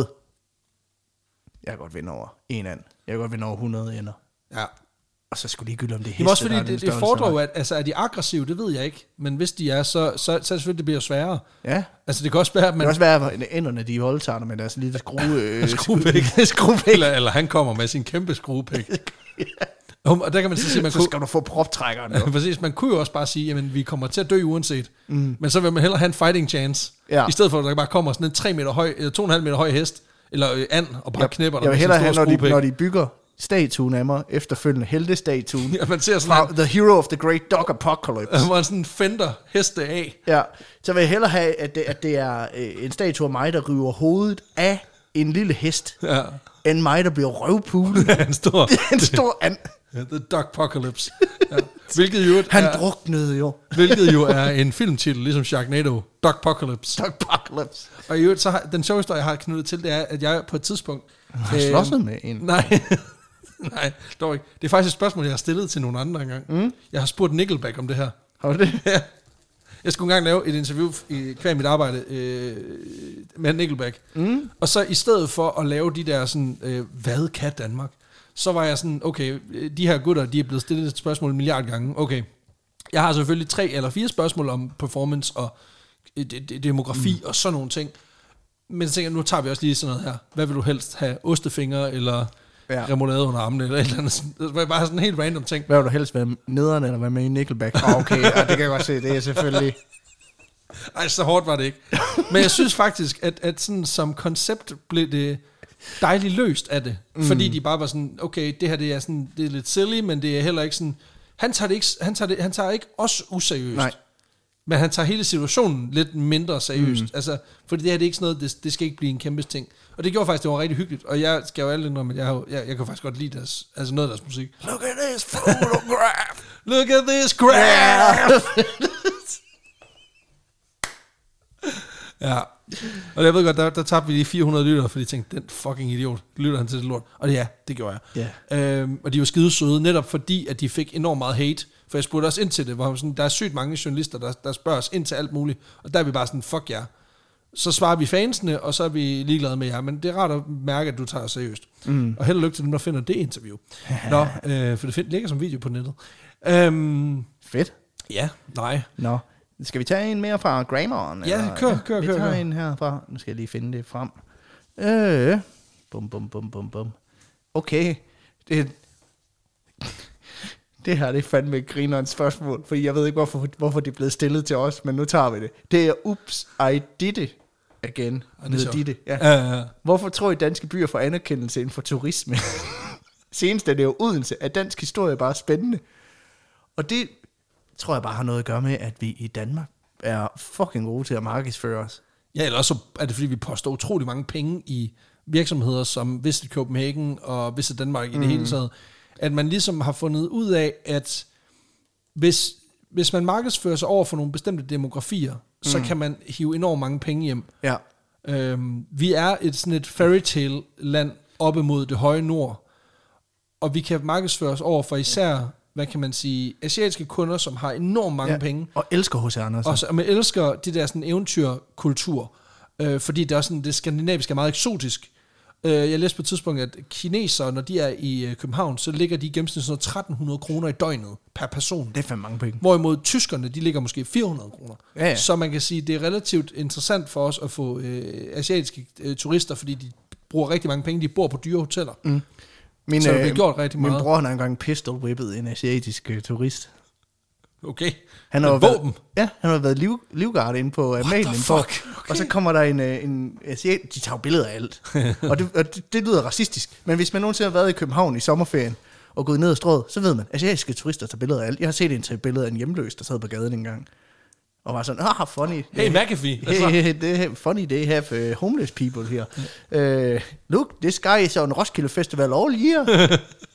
jeg kan godt vinde over en and. Jeg kan godt vinde over 100 ender. Ja. Og så skulle ligegyldigt om det er heste, det er også fordi, det fordrer jo, at altså, er de aggressive, det ved jeg ikke. Men hvis de er, så selvfølgelig det bliver sværere. Ja. Altså det kan også være, at man... Det kan også være, at enderne, de voldtager med deres lille skruepæk. Eller han kommer med sin kæmpe skruepæk. Ja. Og der kan man så sige, så skal du få proptrækkeren. Ja, præcis. Man kunne jo også bare sige, jamen vi kommer til at dø uanset. Men så vil man hellere have en fighting chance. Ja. I stedet for, at der bare kommer sådan en 3 meter høj, 2,5 meter høj hest, eller and, og bare knæpper der. Jeg vil hellere have, når de bygger statuen af mig, efterfølgende heltestatuen. Ja, man ser sådan The Hero of the Great Dog Apocalypse. Hvor sådan fender heste af. Ja, så vil jeg hellere have, at det er en statue af mig, der river hovedet af en lille hest, end mig, der bliver røvpulet. Ja, en stor and. The Dog Apocalypse. Ja. Hvilket jo han druknede jo. Hvilket jo er en filmtitel, ligesom Sharknado. Dog Apocalypse. Dog Apocalypse. Og i øvrigt, så den sjove historie, jeg har knyttet til, det er, at jeg på et tidspunkt... har slåsset med en? Nej, dog ikke. Det er faktisk et spørgsmål, jeg har stillet til nogle andre engang. Jeg har spurgt Nickelback om det her. Har du det? Ja. Jeg skulle engang lave et interview kvæg mit arbejde med Nickelback. Og så i stedet for at lave de der sådan, hvad kan Danmark? Så var jeg sådan, okay, de her gutter, de er blevet stillet et spørgsmål 1 milliard gange. Okay, jeg har selvfølgelig 3 eller 4 spørgsmål om performance og demografi og sådan nogle ting. Men så tænker jeg, nu tager vi også lige sådan noget her. Hvad vil du helst have? Ostefingre eller remoulade under armene eller et eller andet? Det var bare sådan en helt random ting. Hvad vil du helst være nederen eller være med i Nickelback? Okay, det kan jeg godt se, det er selvfølgelig... Ej, så hårdt var det ikke. Men jeg synes faktisk, at sådan som koncept blev det dejligt løst af det. Fordi de bare var sådan, okay, det her det er lidt silly, men det er heller ikke sådan... Han tager ikke os useriøst. Nej. Men han tager hele situationen lidt mindre seriøst. Altså, fordi det her det er ikke sådan noget, det skal ikke blive en kæmpe ting. Og det gjorde faktisk, det var rigtig hyggeligt. Og jeg skal jo alle indrømme, at jeg kan faktisk godt lide deres, altså noget af deres musik. Look at this photograph! Look at this graph! Ja. Og jeg ved godt, der tabte vi lige 400 lyttere, fordi de tænkte, den fucking idiot, lytter han til det lort? Og det gjorde jeg. Yeah. Og de var skide søde, netop fordi, at de fik enormt meget hate. For jeg spurgte også ind til det, hvor sådan, der er sygt mange journalister, der spørger os ind til alt muligt. Og der er vi bare sådan, fuck jer. Så svarer vi fansene, og så er vi ligeglade med jer. Men det er rart at mærke, at du tager seriøst. Og held og lykke til dem, der finder det interview. Nå, for det ligger som video på nettet. Fedt. Ja, nej. Nå. Skal vi tage en mere fra Grammeren? Ja, kør. Vi tager en her fra... Nu skal jeg lige finde det frem. Bum. Okay. Det her, det er fandme et grinerens spørgsmål, fordi jeg ved ikke, hvorfor det er blevet stillet til os, men nu tager vi det. Det er Oops, I did it again. Ja. Hvorfor tror I, danske byer får anerkendelse inden for turisme? Senest er det jo Odense, at dansk historie er bare spændende. Og det tror jeg bare har noget at gøre med, at vi i Danmark er fucking gode til at markedsføre os. Ja, eller også er det, fordi vi poster utrolig mange penge i virksomheder som Visit Copenhagen og Visit Danmark i det hele taget. At man ligesom har fundet ud af, at hvis man markedsfører sig over for nogle bestemte demografier, så kan man hive enormt mange penge hjem. Ja. Vi er sådan et fairytale land oppe mod det høje nord, og vi kan markedsføre os over for især hvad kan man sige, asiatiske kunder, som har enormt mange penge. Og elsker H.C. Andersen. Og man elsker det der sådan eventyrkultur, fordi det er også sådan, det skandinaviske er meget eksotisk. Jeg læste på et tidspunkt, at kinesere, når de er i København, så ligger de i gennemsnit sådan 1.300 kroner i døgnet per person. Det er fandme mange penge. Hvorimod tyskerne, de ligger måske 400 kroner. Ja. Så man kan sige, det er relativt interessant for os at få asiatiske turister, fordi de bruger rigtig mange penge, de bor på dyre hoteller. Så det bliver gjort rigtig meget. Min bror har engang pistol-whippet en asiatisk turist. Okay. Han har våben? Han har været livguard inde på Amalien. Okay. Og så kommer der en asiat, de tager billeder af alt. og det lyder racistisk. Men hvis man nogensinde har været i København i sommerferien, og gået ned ad strået, så ved man, asiatiske turister tager billeder af alt. Jeg har set en tage billeder af en hjemløs, der sad på gaden engang. Og var sådan, funny. Hey, McAfee. Funny, they have homeless people here. Look, this guy is on Roskilde Festival all year.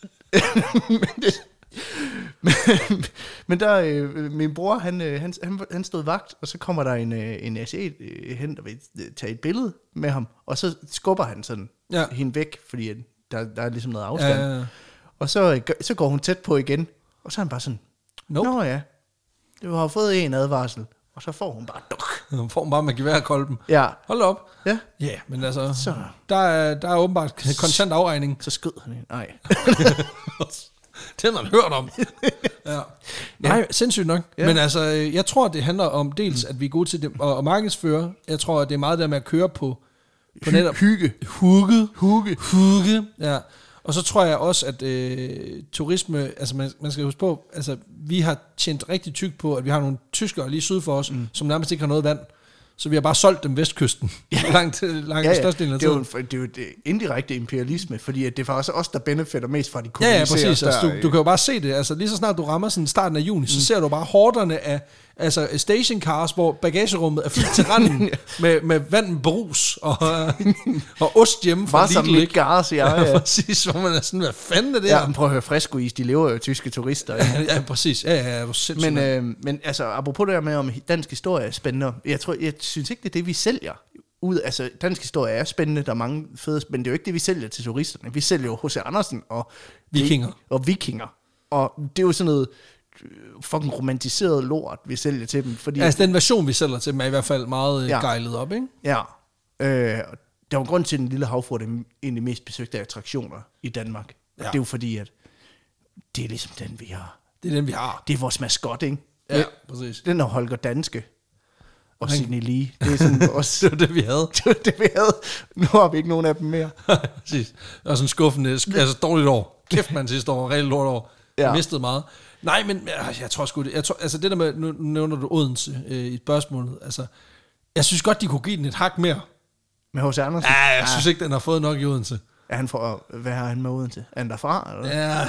men der, min bror, han stod vagt, og så kommer der en asiat hen, der vil tage et billede med ham, og så skubber han sådan hende væk, fordi der er ligesom noget afstand. Ja. Og så går hun tæt på igen, og så er han bare sådan, Nå ja, du har fået en advarsel. Og så får hun bare Hun får bare med geværkolben. Ja. Hold op. Ja. Ja, men altså, så. Der er åbenbart kontant afregning. Så skød han en. Nej. Det har man hørt om. Ja. Nej, sindssygt nok. Ja. Men altså, jeg tror, det handler om dels, at vi er gode til det, at markedsføre. Jeg tror, at det er meget der med at køre på netop. Hygge. Ja. Og så tror jeg også, at turisme, altså man skal huske på, altså vi har tjent rigtig tykt på, at vi har nogle tyskere lige syd for os, som nærmest ikke har noget vand. Så vi har bare solgt dem vestkysten langt størstedelen af tiden. Det er jo et indirekte imperialisme, fordi det er faktisk os, der benefitter mest fra de koloniserer. Ja, præcis. Altså, du kan jo bare se det. Altså, lige så snart du rammer sådan starten af juni, så ser du bare horderne af stationcars, hvor bagagerummet er fyldt til randen med vand, brus og ost hjemme fra Lidl. Bare sådan lidt gas, ja. Præcis, hvor man er sådan, hvad fanden er det her? Ja, men prøv at høre, Fresco-is, de lever jo tyske turister. Ja, præcis. Ja, du sindssygt. Men altså, apropos det her med, om dansk historie er spændende, jeg synes ikke, det er det, vi sælger. Altså, dansk historie er spændende, der er mange fede, men det er jo ikke det, vi sælger til turisterne. Vi sælger jo H.C. Andersen og vikinger. Og det er jo sådan noget fucking romantiseret lort, vi sælger til dem. Fordi altså, den version, vi sælger til dem, er i hvert fald meget gejlet op, ikke? Ja. Der var grund til, at den lille havfrue er en af de mest besøgte attraktioner i Danmark. Ja. Det er jo fordi, at det er ligesom den, vi har. Det er den, vi har. Det er vores maskot, ikke? Ja, præcis. Den er Holger Danske. Og Sidney Lee. Det er sådan også... det var det, vi havde. Det var det, vi havde. Nu har vi ikke nogen af dem mere. Præcis. Og sådan skuffende, altså dårligt år. Kæft, man sidste år, rigtig lort år. Jeg mistede meget. Nej, men jeg tror sgu det. Altså det der med, nu nævner du Odense i spørgsmålet. Altså, jeg synes godt, de kunne give den et hak mere. Med H.C. Andersen? Ja, jeg synes ikke, den har fået nok i Odense. Er han hvad har han med Odense? Er han derfra? Eller? Ja.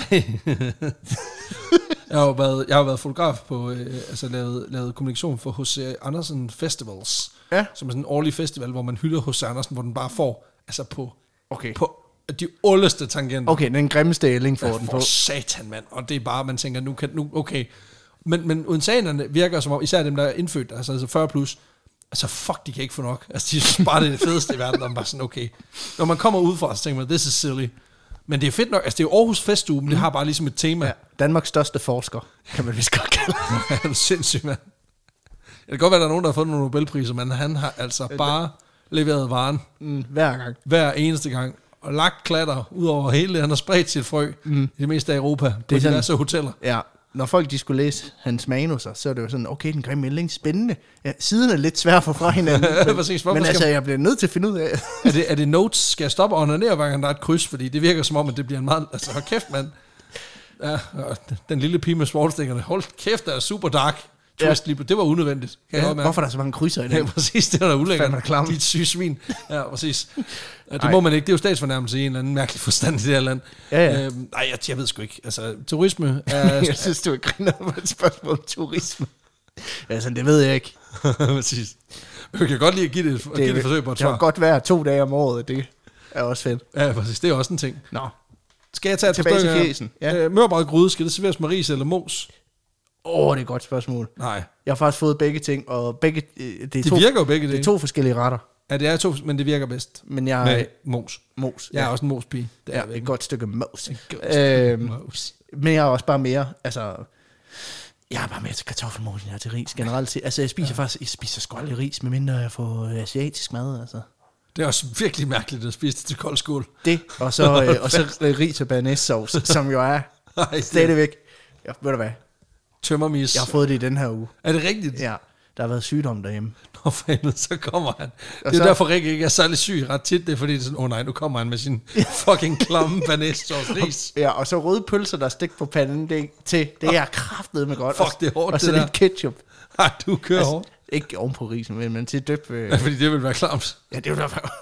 Jeg har været fotograf på, altså lavet kommunikation for H.C. Andersen Festivals, som er sådan en årlig festival, hvor man hylder H.C. Andersen, hvor den bare får, altså på de oldeste tangenter. Okay, den grimmeste ælling får den på. Satan, mand. Og det er bare, man tænker, okay. Men odenseanerne virker som om, især dem, der er indfødt, altså 40 plus, altså fuck, de kan ikke få nok. Altså de synes bare, det er det fedeste i verden, og man bare sådan, okay. Når man kommer udefra, så tænker man, this is silly. Men det er fedt nok, altså det er jo Aarhus Festuge, men det har bare ligesom et tema. Ja, Danmarks største forsker, kan man vist godt kalde. Det er sindssygt, mand. Det kan godt være, der er nogen, der har fået nogle Nobelpriser, men han har altså bare leveret varen. Hver gang. Hver eneste gang. Og lagt klatter ud over hele, han har spredt sit frø i det meste af Europa, på diverse hoteller. Ja, når folk de skulle læse hans manuser, så er det jo sådan, okay, den grimme ælling, spændende. Ja, siden er lidt svær for fra hinanden. men altså, jeg bliver nødt til at finde ud af. er det notes? Skal jeg stoppe og onanere, hver gang der er et kryds? Fordi det virker som om, at det bliver en meget... Altså, hold kæft, mand. Ja, den lille pige med sportsstikkerne. Hold kæft, der er super dark. Twist lige på. Det var unødvendigt. Hvorfor er der så mange krydser i det? Ja, præcis. Det er der ulækkert. De er et syge svin. Ja, præcis. Det må man ikke. Det er jo statsfornærmelse i en eller anden mærkelig forstand i det her land. Ja. Nej, jeg ved sgu ikke. Altså, turisme er... jeg synes, du er griner på et spørgsmål om turisme. Altså, det ved jeg ikke. Præcis. Jeg kan godt lide at give det et forsøg på et svar. Det kan godt være 2 dage om året. Det er også fedt. Ja, præcis. Det er også en ting. Nå. Skal jeg tage et tilbage til fjesen? Ja. Mørbrad skal det serveres med ris eller mos? Det er et godt spørgsmål. Nej. Jeg har faktisk fået begge ting, og det virker jo begge det er 2 forskellige retter. Ja, det er 2, men det virker bedst. Men jeg med mos. Mos. Jeg er også en mospige. Det er et godt stykke mos. Mos. Men jeg er også bare mere, altså... Jeg er bare mere til kartoffelmos, end jeg er til ris generelt set. Altså, jeg spiser sgu aldrig ris, medmindre jeg får asiatisk mad, altså. Det er også virkelig mærkeligt at spise det til kold skål. Det, og så ris og bearnaisesauce, som jo er stadigvæk... Ja, ved du hvad? Tømmermis. Jeg har fået det i den her uge. Er det rigtigt? Ja, der har været sygdom derhjemme. Nå for helvede, så kommer han. Det er derfor Rikke ikke er særlig syg ret tit. Det er fordi, det er sådan, nej, nu kommer han med sin fucking klamme bearnaisesauce ris. Ja, og så røde pølser, der stik på panden, det er kraftedeme godt. Fuck, det er hårdt, og så lidt ketchup. Nej, du kører hårdt. Ikke oven på risen, men til døb... Ja, fordi det vil være klamt. Ja, det er jo derfor...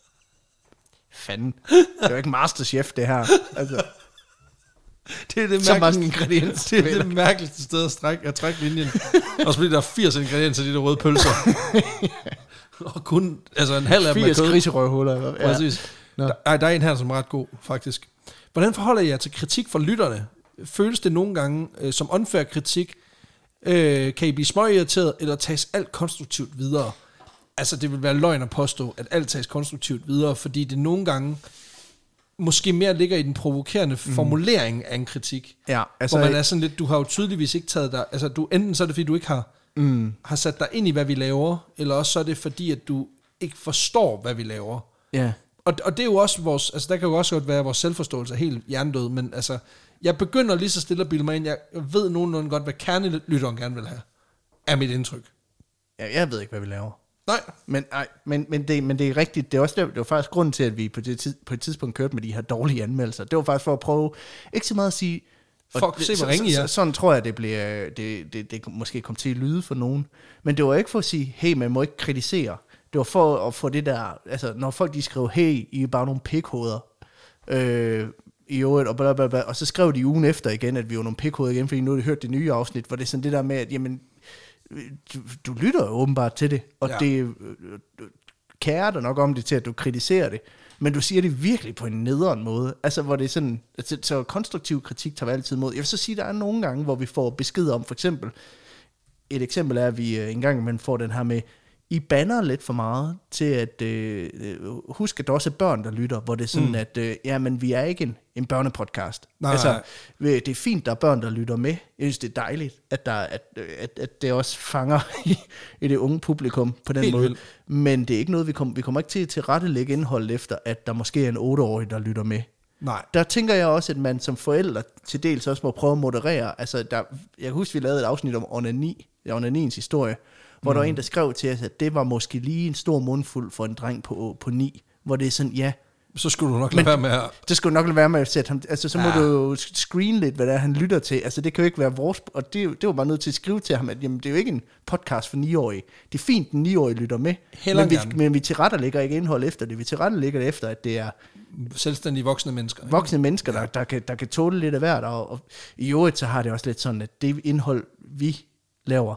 Fanden. Det er jo ikke Masterchef, det her. Altså... Det er det så mange ingredienser. Det er det mærkeligste sted at trække linjen. Også fordi der er 80 ingredienser i de der røde pølser. Og kun, altså en halv af dem er kød. 80 griserøvhuller. Ja. Præcis. Der er en her, som er ret god, faktisk. Hvordan forholder jeg til kritik fra lytterne? Føles det nogle gange som unfair kritik? Kan I blive småirriteret, eller tages alt konstruktivt videre? Altså, det vil være løgn at påstå, at alt tages konstruktivt videre, fordi det nogle gange måske mere ligger i den provokerende formulering af en kritik. Ja, altså, hvor man er sådan lidt, du har jo tydeligvis ikke taget dig, altså enten så er det fordi, du ikke har sat dig ind i, hvad vi laver, eller også så er det fordi, at du ikke forstår, hvad vi laver. Ja. Og det er jo også vores, altså der kan jo også godt være, at vores selvforståelse er helt hjernedød, men altså, jeg begynder lige så stille at bilde mig ind, jeg ved nogenlunde godt, hvad kernelytteren gerne vil have, er mit indtryk. Ja, jeg ved ikke, hvad vi laver. Nej. Men det er rigtigt. Det er også det var faktisk grunden til, at vi på et tidspunkt kørte med de her dårlige anmeldelser. Det var faktisk for at prøve ikke så meget at sige. Fuck, se hvor ringe I er. Sådan tror jeg, det måske kom til at lyde for nogen. Men det var ikke for at sige, hey, man må ikke kritisere. Det var for at få det der, altså når folk de skrev, hey, I er bare nogle pikhoveder. I øvrigt, og blablabla, og så skrev de ugen efter igen, at vi var nogle pikhoveder igen, fordi nu har de hørt det nye afsnit, hvor det er sådan det der med, at jamen, du lytter jo åbenbart til det, og det kærer dig nok om det til, at du kritiserer det, men du siger det virkelig på en nederen måde, altså hvor det er sådan, så konstruktiv kritik tager vi altid imod. Jeg vil så sige, at der er nogle gange, hvor vi får besked om, for eksempel, et eksempel er, at vi en gang man får den her med, I banner lidt for meget til at husk, at der også er børn, der lytter, hvor det er sådan, at men vi er ikke en børnepodcast. Nej. Altså, det er fint, der er børn, der lytter med. Jeg synes, det er dejligt, at det også fanger i det unge publikum på den måde. Vildt. Men det er ikke noget, vi kommer ikke til at tilrettelægge indholdet efter, at der måske er en 8-årig, der lytter med. Nej. Der tænker jeg også, at man som forældre til dels også må prøve at moderere. Altså, jeg kan huske, vi lavede et afsnit om onaniens historie, hvor der var en, der skrev til os, at det var måske lige en stor mundfuld for en dreng på 9, hvor det er sådan, ja. Så skulle du nok lade være med at... Det skulle du nok lade være med at sætte ham... Altså, så må du jo screen lidt, hvad det er, han lytter til. Altså, det kan jo ikke være vores... Og det var bare nødt til at skrive til ham, at jamen, det er jo ikke en podcast for 9-årige. Det er fint, den 9-årige lytter med. Men vi tilrettelægger ikke indhold efter det. Vi tilrettelægger det efter, at det er... selvstændige voksne mennesker. Voksne mennesker, der kan tåle lidt af hvert. Og i øvrigt, så har det også lidt sådan, at det indhold, vi laver...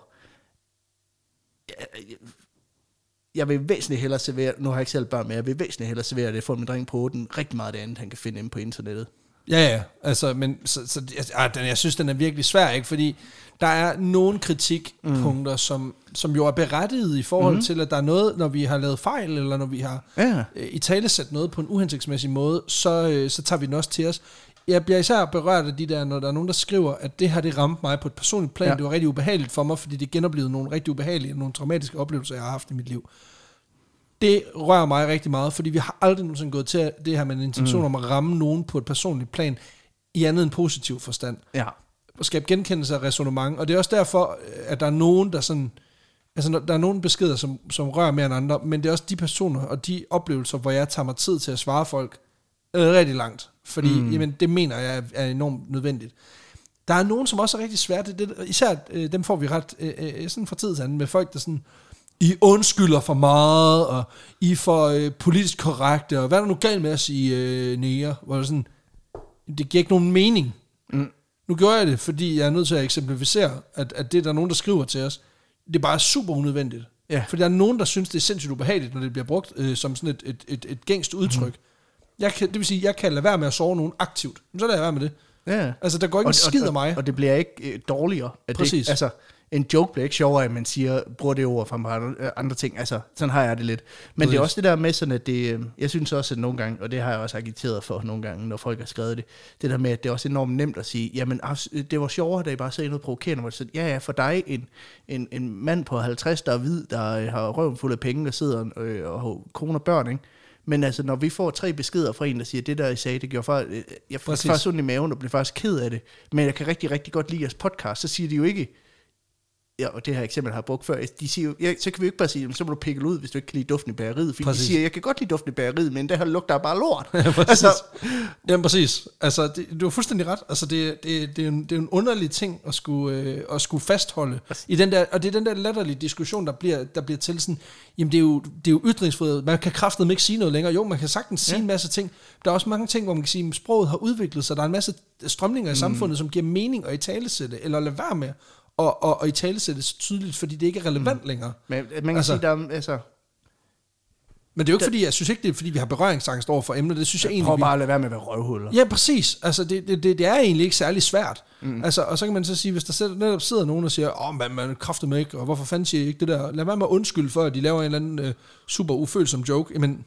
Jeg vil væsentligt hellere servere, nu har jeg ikke selv børn med, jeg vil væsentligt hellere servere det for min dreng på 8, rigtig meget af det andet, han kan finde inde på internettet. Ja, altså, men jeg synes, den er virkelig svær, ikke? Fordi der er nogle kritikpunkter, som jo er berettiget i forhold til, at der er noget, når vi har lavet fejl, eller når vi har italesat noget på en uhensigtsmæssig måde, så tager vi den også til os. Jeg bliver især berørt af de der, når der er nogen, der skriver, at det her, det ramte mig på et personligt plan. Det var rigtig ubehageligt for mig, fordi det genoplevede nogle rigtig ubehagelige, nogle traumatiske oplevelser, jeg har haft i mit liv. Det rører mig rigtig meget, fordi vi har aldrig nogensinde gået til det her med en intention om at ramme nogen på et personligt plan, i andet end positiv forstand. Ja. Og skabe genkendelse af ræsonnement. Og det er også derfor, at der er nogen, der sådan... Altså, der er nogle beskeder, som rører mere end andre, men det er også de personer og de oplevelser, hvor jeg tager mig tid til at svare folk rigtig langt. Fordi jamen, det mener jeg er enormt nødvendigt. Der er nogen, som også er rigtig svært. Især dem får vi ret sådan fra tid til anden med folk, der sådan, I undskylder for meget, og I er for politisk korrekte, og hvad er der nu galt med at sige næger? Hvor det sådan, det giver ikke nogen mening. Nu gjorde jeg det, fordi jeg er nødt til at eksemplificere, at det der er nogen, der skriver til os, det er bare super unødvendigt. Ja. For der er nogen, der synes, det er sindssygt ubehageligt, når det bliver brugt som sådan et gængst udtryk. Det vil sige, jeg kan lade være med at sove nogen aktivt. Så lader jeg være med det. Ja. Altså, der går ikke en skid af mig. Og det bliver ikke dårligere. Præcis. Det, altså, en joke bliver ikke sjovere, at man bruger det ord fra andre ting. Altså, sådan har jeg det lidt. Men det er også det der med sådan, at jeg synes også, at nogle gange, og det har jeg også agiteret for nogle gange, når folk har skrevet det der med, at det er også enormt nemt at sige, jamen, det var sjovere, da I bare sagde noget provokerende, hvor det sådan, ja, for dig, en mand på 50, der er hvid, der har røven fuld af penge, og sidder og har kone og børn, ikke? Men altså, når vi får 3 beskeder fra en, der siger, det der I sagde, det gjorde jeg får faktisk ondt i maven, og bliver faktisk ked af det, men jeg kan rigtig, rigtig godt lide jeres podcast, så siger de jo ikke, ja, og det her eksempel har jeg brugt før, de siger jo, ja, så kan vi jo ikke bare sige, så må du pikke ud, hvis du ikke kan lide duften i bageriet, fordi de siger, jeg kan godt lide duften i bageriet, men det her lugter bare lort. Ja, præcis. Jamen præcis. Altså, du har fuldstændig ret. Altså, det er en underlig ting at skulle fastholde i den der, og det er den der latterlige diskussion, der bliver til sådan, jamen det er jo ytringsfrihed. Man kan kraftedeme ikke sige noget længere. Jo, man kan sagtens sige en masse ting. Der er også mange ting, hvor man kan sige, at sproget har udviklet sig. Der er en masse strømninger i samfundet, som giver mening at italesætte, eller lade være med og i tale sættes tydeligt, fordi det ikke er relevant længere. Men man kan sige, der altså... Men det er jo ikke fordi, jeg synes ikke, det er fordi, vi har berøringsangst over for emnet. Det synes jeg egentlig... Prøv bare at lade være med at være røvhuller. Ja, præcis. Altså, det er egentlig ikke særlig svært. Altså, og så kan man så sige, hvis der netop sidder nogen og siger, man kræfter mig ikke, og hvorfor fanden siger I ikke det der? Lad være med at undskylde for, at de laver en eller anden super ufølsom joke. Men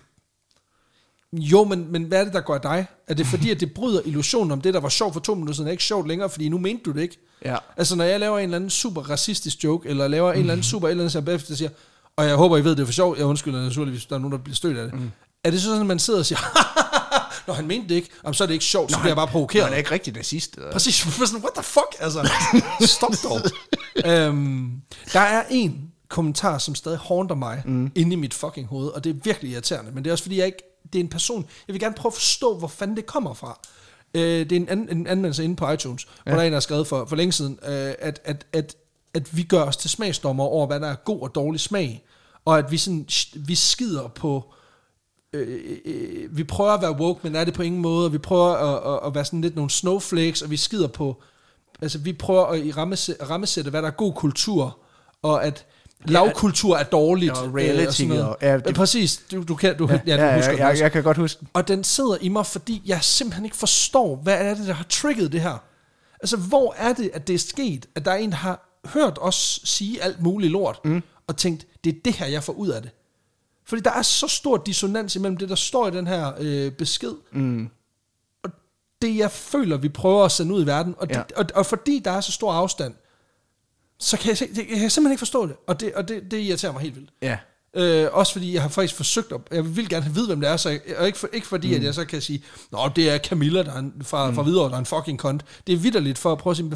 hvad er det, der går af dig? Er det fordi, at det bryder illusionen om det, der var sjovt for 2 minutter siden, er ikke sjovt længere, fordi nu mente du det ikke? Ja. Altså, når jeg laver en eller anden super racistisk joke, eller laver en eller anden super et eller andet, der siger, og jeg håber, I ved, det er for sjovt, jeg undskylder naturligvis, der er nogen, der bliver stødt af det. Er det så sådan, at man sidder og siger, når han mente det ikke, så er det ikke sjovt, så bliver jeg bare provokeret. Han er ikke rigtig nazist. Præcis, what the fuck, altså. Stop dog. Der er en kommentar, som stadig haunter mig inde i mit fucking hoved, og det er virkelig irriterende, men det er også fordi, det er en person, jeg vil gerne prøve at forstå, hvor fanden det kommer fra. Det er en anmeldelse inde på iTunes, hvor der er en, der har skrevet for længe siden, at vi gør os til smagsdommer over, hvad der er god og dårlig smag, og at vi skider på, vi prøver at være woke, men er det på ingen måde, og vi prøver at være sådan lidt nogle snowflakes, og vi skider på, altså vi prøver at rammesætte, hvad der er god kultur, og at lavkultur er dårligt. Og reality. Præcis. Du husker jeg kan godt huske. Og den sidder i mig, fordi jeg simpelthen ikke forstår, hvad er det, der har trigget det her. Altså, hvor er det, at det er sket, at der er en, der har hørt os sige alt muligt lort, og tænkt, det er det her, jeg får ud af det. Fordi der er så stor dissonans imellem det, der står i den her besked, og det, jeg føler, vi prøver at sende ud i verden, og fordi der er så stor afstand, så kan jeg simpelthen ikke forstå det, og det irriterer mig helt vildt. Ja. Også fordi jeg har faktisk forsøgt, jeg vil gerne vide, hvem det er, så ikke fordi, at jeg så kan sige, nå, det er Camilla, der er fra Hvidovre, der er en fucking kont. Det er vitterligt for at prøve at sige,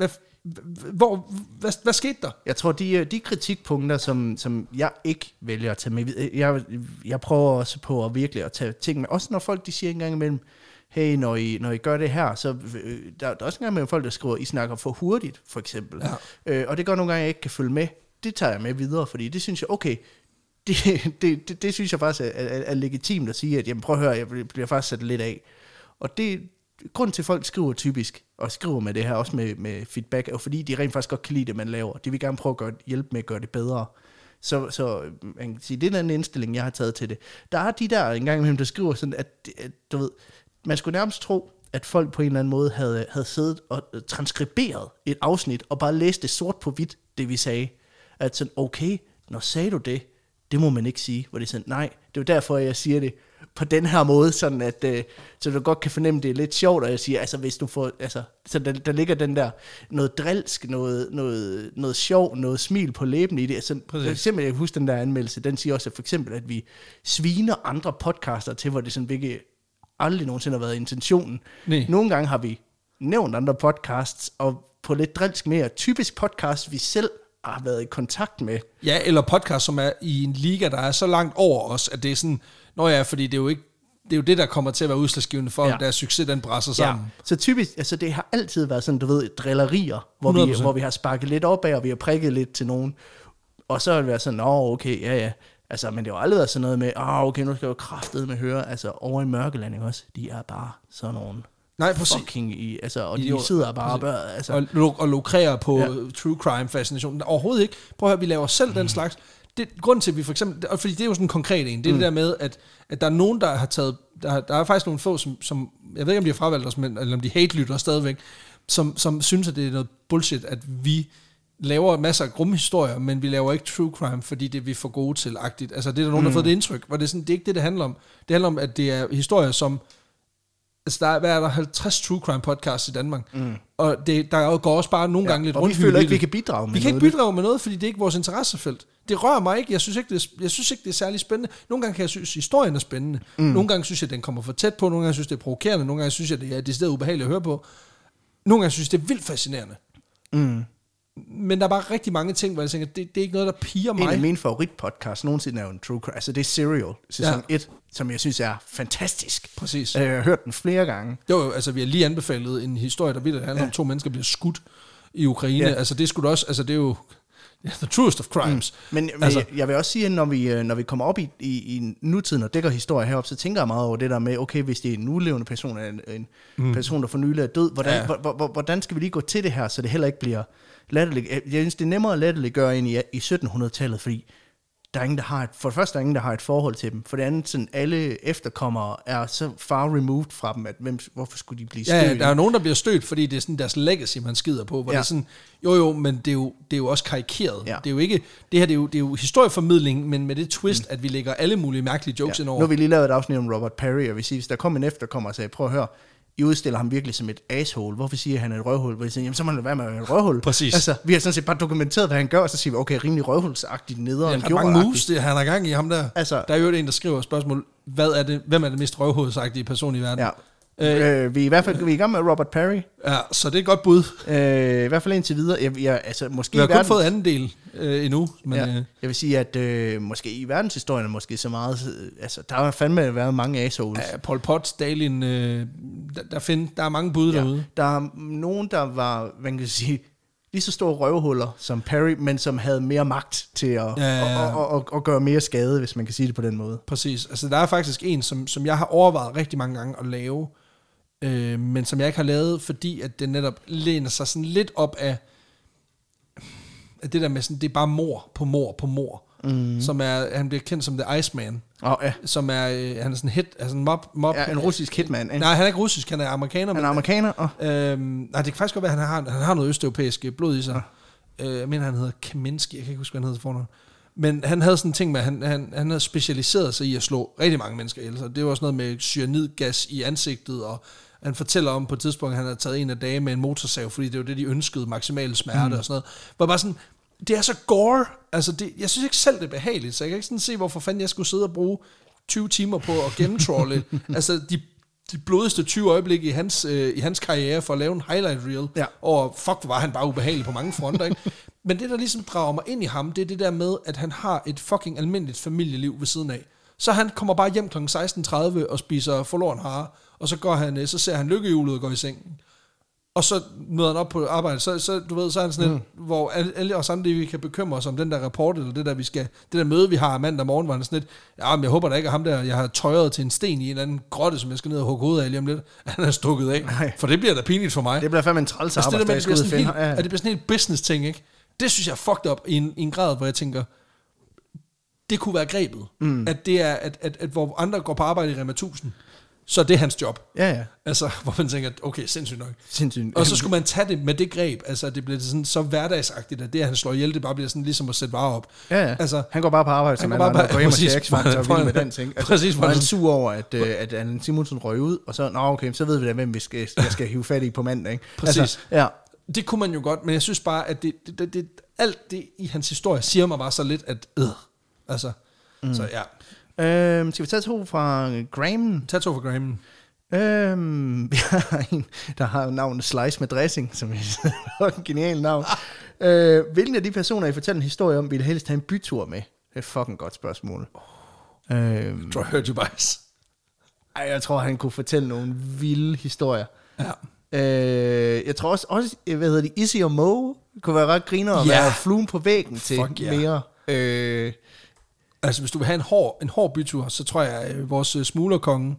hvad skete der? Jeg tror, de kritikpunkter, som jeg ikke vælger at tage med, jeg prøver også på at virkelig at tage ting med, også når folk de siger en gang imellem, hey, når I gør det her, så der er også en gang med folk, der skriver, I snakker for hurtigt, for eksempel. Ja. Og det gør nogle gange, jeg ikke kan følge med. Det tager jeg med videre, fordi det synes jeg, okay, det synes jeg faktisk er legitimt at sige, at jamen, prøv at høre, jeg bliver faktisk sat lidt af. Og det grund til, at folk skriver typisk, og skriver med det her, også med feedback, er jo fordi, de rent faktisk godt kan lide det, man laver. De vil gerne prøve at hjælpe med at gøre det bedre. Så man kan sige, det er den indstilling, jeg har taget til det. Der er de der en gang imellem, der skriver sådan, at du ved, man skulle nærmest tro, at folk på en eller anden måde havde siddet og transkriberet et afsnit, og bare læst det sort på hvidt, det vi sagde. At sådan, okay, når sagde du det, det må man ikke sige. Hvor det er sådan, nej, det er jo derfor, jeg siger det på den her måde, sådan at, så du godt kan fornemme, det er lidt sjovt, og jeg siger, altså hvis du får, altså, så der ligger den der, noget drilsk, noget sjov, noget smil på læben i det. Altså, for eksempel, jeg husker den der anmeldelse, den siger også, at for eksempel, at vi sviner andre podcaster til, hvor det sådan virkelig aldrig nogensinde har været intentionen. Nej. Nogle gange har vi nævnt andre podcasts, og på lidt drilsk mere typisk podcast, vi selv har været i kontakt med. Ja, eller podcast, som er i en liga, der er så langt over os, at det er sådan, fordi det er jo det, der kommer til at være udslagsgivende for, om der er succes, den brasser sammen. Ja. Så typisk, altså det har altid været sådan, du ved, drillerier, hvor vi har sparket lidt opad, og vi har prikket lidt til nogen, og så har det været sådan, okay, ja. Altså, men det har aldrig været sådan noget med, okay, nu skal jeg jo kraftedeme høre, altså over i Mørkelanding også, de er bare sådan nogle fucking og de sidder bare altså, og lukrerer på true crime fascinationen. Overhovedet ikke. Prøv at høre, vi laver selv den slags. Grunden til, at vi for eksempel, og fordi det er jo sådan en konkret en, det er det der med, at der er nogen, der har taget, der er faktisk nogle få, som jeg ved ikke, om de har fravalgt os, eller om de hate-lytter stadigvæk, som synes, at det er noget bullshit, at vi laver masser af grumme historier, men vi laver ikke true crime, fordi det er vi for gode til-agtigt. Altså, det er der nogen, der har fået det indtryk, hvor det er sådan, det er ikke det handler om. Det handler om, at det er historier, som... Altså, hvad er der 50 true crime podcasts i Danmark, og der går også bare nogle gange lidt rundt. Og vi føler ikke, vi kan bidrage med noget. Vi kan ikke bidrage med noget, fordi det er ikke vores interessefelt. Det rører mig ikke. Jeg synes ikke, det er særlig spændende. Nogle gange kan jeg synes, historien er spændende. Nogle gange synes jeg, den kommer for tæt på. Nogle gange synes jeg, det er provokerende. Nogle gange synes jeg, det er decideret ubehageligt at høre på. Nogle gange synes jeg, det er vildt fascinerende. Men der er bare rigtig mange ting, hvor jeg tænker, det er ikke noget, der piger mig. En af mine favoritpodcasts nogensinde er jo en true crime. Altså det er Serial, sæson 1, som jeg synes er fantastisk. Præcis. Jeg har hørt den flere gange. Jo, altså vi har lige anbefalet en historie, der handler om 2 mennesker bliver skudt i Ukraine. Ja. Altså det skulle også, altså det er jo the truest of crimes. Men altså, jeg vil også sige, at når vi kommer op i nutiden og dækker historier herop, så tænker jeg meget over det der med, okay, hvis det er en ulevende person, en person, der for nylig er død, hvordan skal vi lige gå til det her, så det heller ikke bliver latterligt. Jeg synes, det er nemmere at latterliggøre ind i 1700-tallet, fordi der er ingen, der har for det første, der er ingen, der har et forhold til dem. For det andet, sådan, alle efterkommere er så far removed fra dem, at hvorfor skulle de blive stødt? Ja, der er nogen, der bliver stødt, fordi det er sådan deres legacy, man skider på. Hvor det er sådan, jo, men det er jo også karikeret. Ja. Det er jo ikke, det er jo historieformidling, men med det twist, at vi lægger alle mulige mærkelige jokes ind over. Nu har vi lige lavet et afsnit om Robert Perry, og vi siger, hvis der kom en efterkommer og sagde, prøv at høre, I udstiller ham virkelig som et asshole. Hvorfor siger han et røvhul? Hvor de siger, jamen så må det være med et røvhul. Præcis. Altså, vi har sådan set bare dokumenteret, hvad han gør, og så siger vi, okay, rimelig røvhulsagtigt nederen. Ja, mange moves, det han har gang i ham der. Altså, der er jo en, der skriver spørgsmål, hvem er det mest røvhulsagtige person i verden? Ja. Vi er i hvert fald i gang med Robert Perry. Ja, så det er et godt bud. I hvert fald indtil videre. Altså, måske vi har kun fået anden del endnu. Men, jeg vil sige, at måske i verdenshistorien er måske så meget... Altså, der har fandme været mange assholes. Ja, Pol Pot, Stalin... der er mange bud derude. Der er nogen, der var, man kan sige... lige så store røvhuller som Perry, men som havde mere magt til at gøre mere skade, hvis man kan sige det på den måde. Præcis. Altså, der er faktisk en, som jeg har overvejet rigtig mange gange at lave, men som jeg ikke har lavet, fordi at det netop læner sig sådan lidt op af det der med sådan, det er bare mord på mord på mord. Som er, han bliver kendt som The Iceman. Som er, han er sådan hit, altså en mob. Ja, en russisk hitman. Ikke? Nej, han er ikke russisk, han er amerikaner. Han er amerikaner? Nej, det kan faktisk godt være, han har noget østeuropæisk blod i sig. Jeg mener, han hedder Kaminsky, jeg kan ikke huske, hvad han hedder fornavn. Men han havde sådan en ting med, han havde specialiseret sig i at slå rigtig mange mennesker ihjel. Så det var også noget med cyanidgas i ansigtet, og han fortæller om på et tidspunkt, at han havde taget en af dage med en motorsav, fordi det var det, de ønskede, maksimal smerte og sådan noget. Var bare sådan, det er så gore. Altså, jeg synes ikke selv, det er behageligt, så jeg kan ikke sådan se, hvorfor fanden jeg skulle sidde og bruge 20 timer på at gennemtrolle altså de blodigste 20 øjeblikke i hans karriere for at lave en highlight reel. Og fuck, var han bare ubehagelig på mange fronter, ikke? Men det, der ligesom drager mig ind i ham, det er det der med, at han har et fucking almindeligt familieliv ved siden af. Så han kommer bare hjem kl. 16.30 og spiser forloren hare, og så ser han lykkehjulet og går i sengen. Og så møder han op på arbejde, så du ved, så er han sådan lidt, hvor alle os andre, vi kan bekymre os om den der rapport, eller det der møde, vi har mandag morgen, var han sådan lidt, ja, men jeg håber da ikke, at ham der, jeg har tøjet til en sten i en eller anden grotte, som jeg skal ned og hugge hovedet af lige om lidt, han er stukket af. Nej. For det bliver da pinligt for mig. Det bliver fandme en træls arbejdsdag, jeg skal ud og finde. Det bliver sådan en helt business-ting, ikke? Det synes jeg er fucked up i en grad, hvor jeg tænker, det kunne være grebet. At det er, at hvor andre går på arbejde i Rema 1000, så det er hans job. Ja. Altså, hvor man tænker, okay, sindssygt nok. Sindssygt. Og så skulle man tage det med det greb, altså det bliver sådan så hverdagsagtigt, at det, at han slår ihjel, det bare bliver sådan ligesom at sætte varer op. Ja. Altså, han går bare på arbejde, som han går hjem og ser X-Factor og vildt med den ting. Altså, præcis. Og han er sur over, at Allan Simonsen røg ud, og så, okay, så ved vi da, hvem jeg skal hive fat i på mandag, ikke? Præcis. Altså, ja. Det kunne man jo godt, men jeg synes bare, at det alt det i hans historie siger mig bare så lidt, at altså, så ja. Skal vi tage 2 fra Graham? Tag 2 fra Graham. Vi har en, der har navnet Slice med dressing, som er et genialt navn. Hvilken af de personer, I fortæller en historie om, vil helst have en bytur med? Det er et fucking godt spørgsmål. Tror jeg hørte you guys. Jeg tror, han kunne fortælle nogle vilde historier. Ja. Jeg tror også Izzy og Mo kunne være ret griner at være fluen på væggen til mere. Altså, hvis du vil have en hård bytur, så tror jeg, vores smuglerkonge,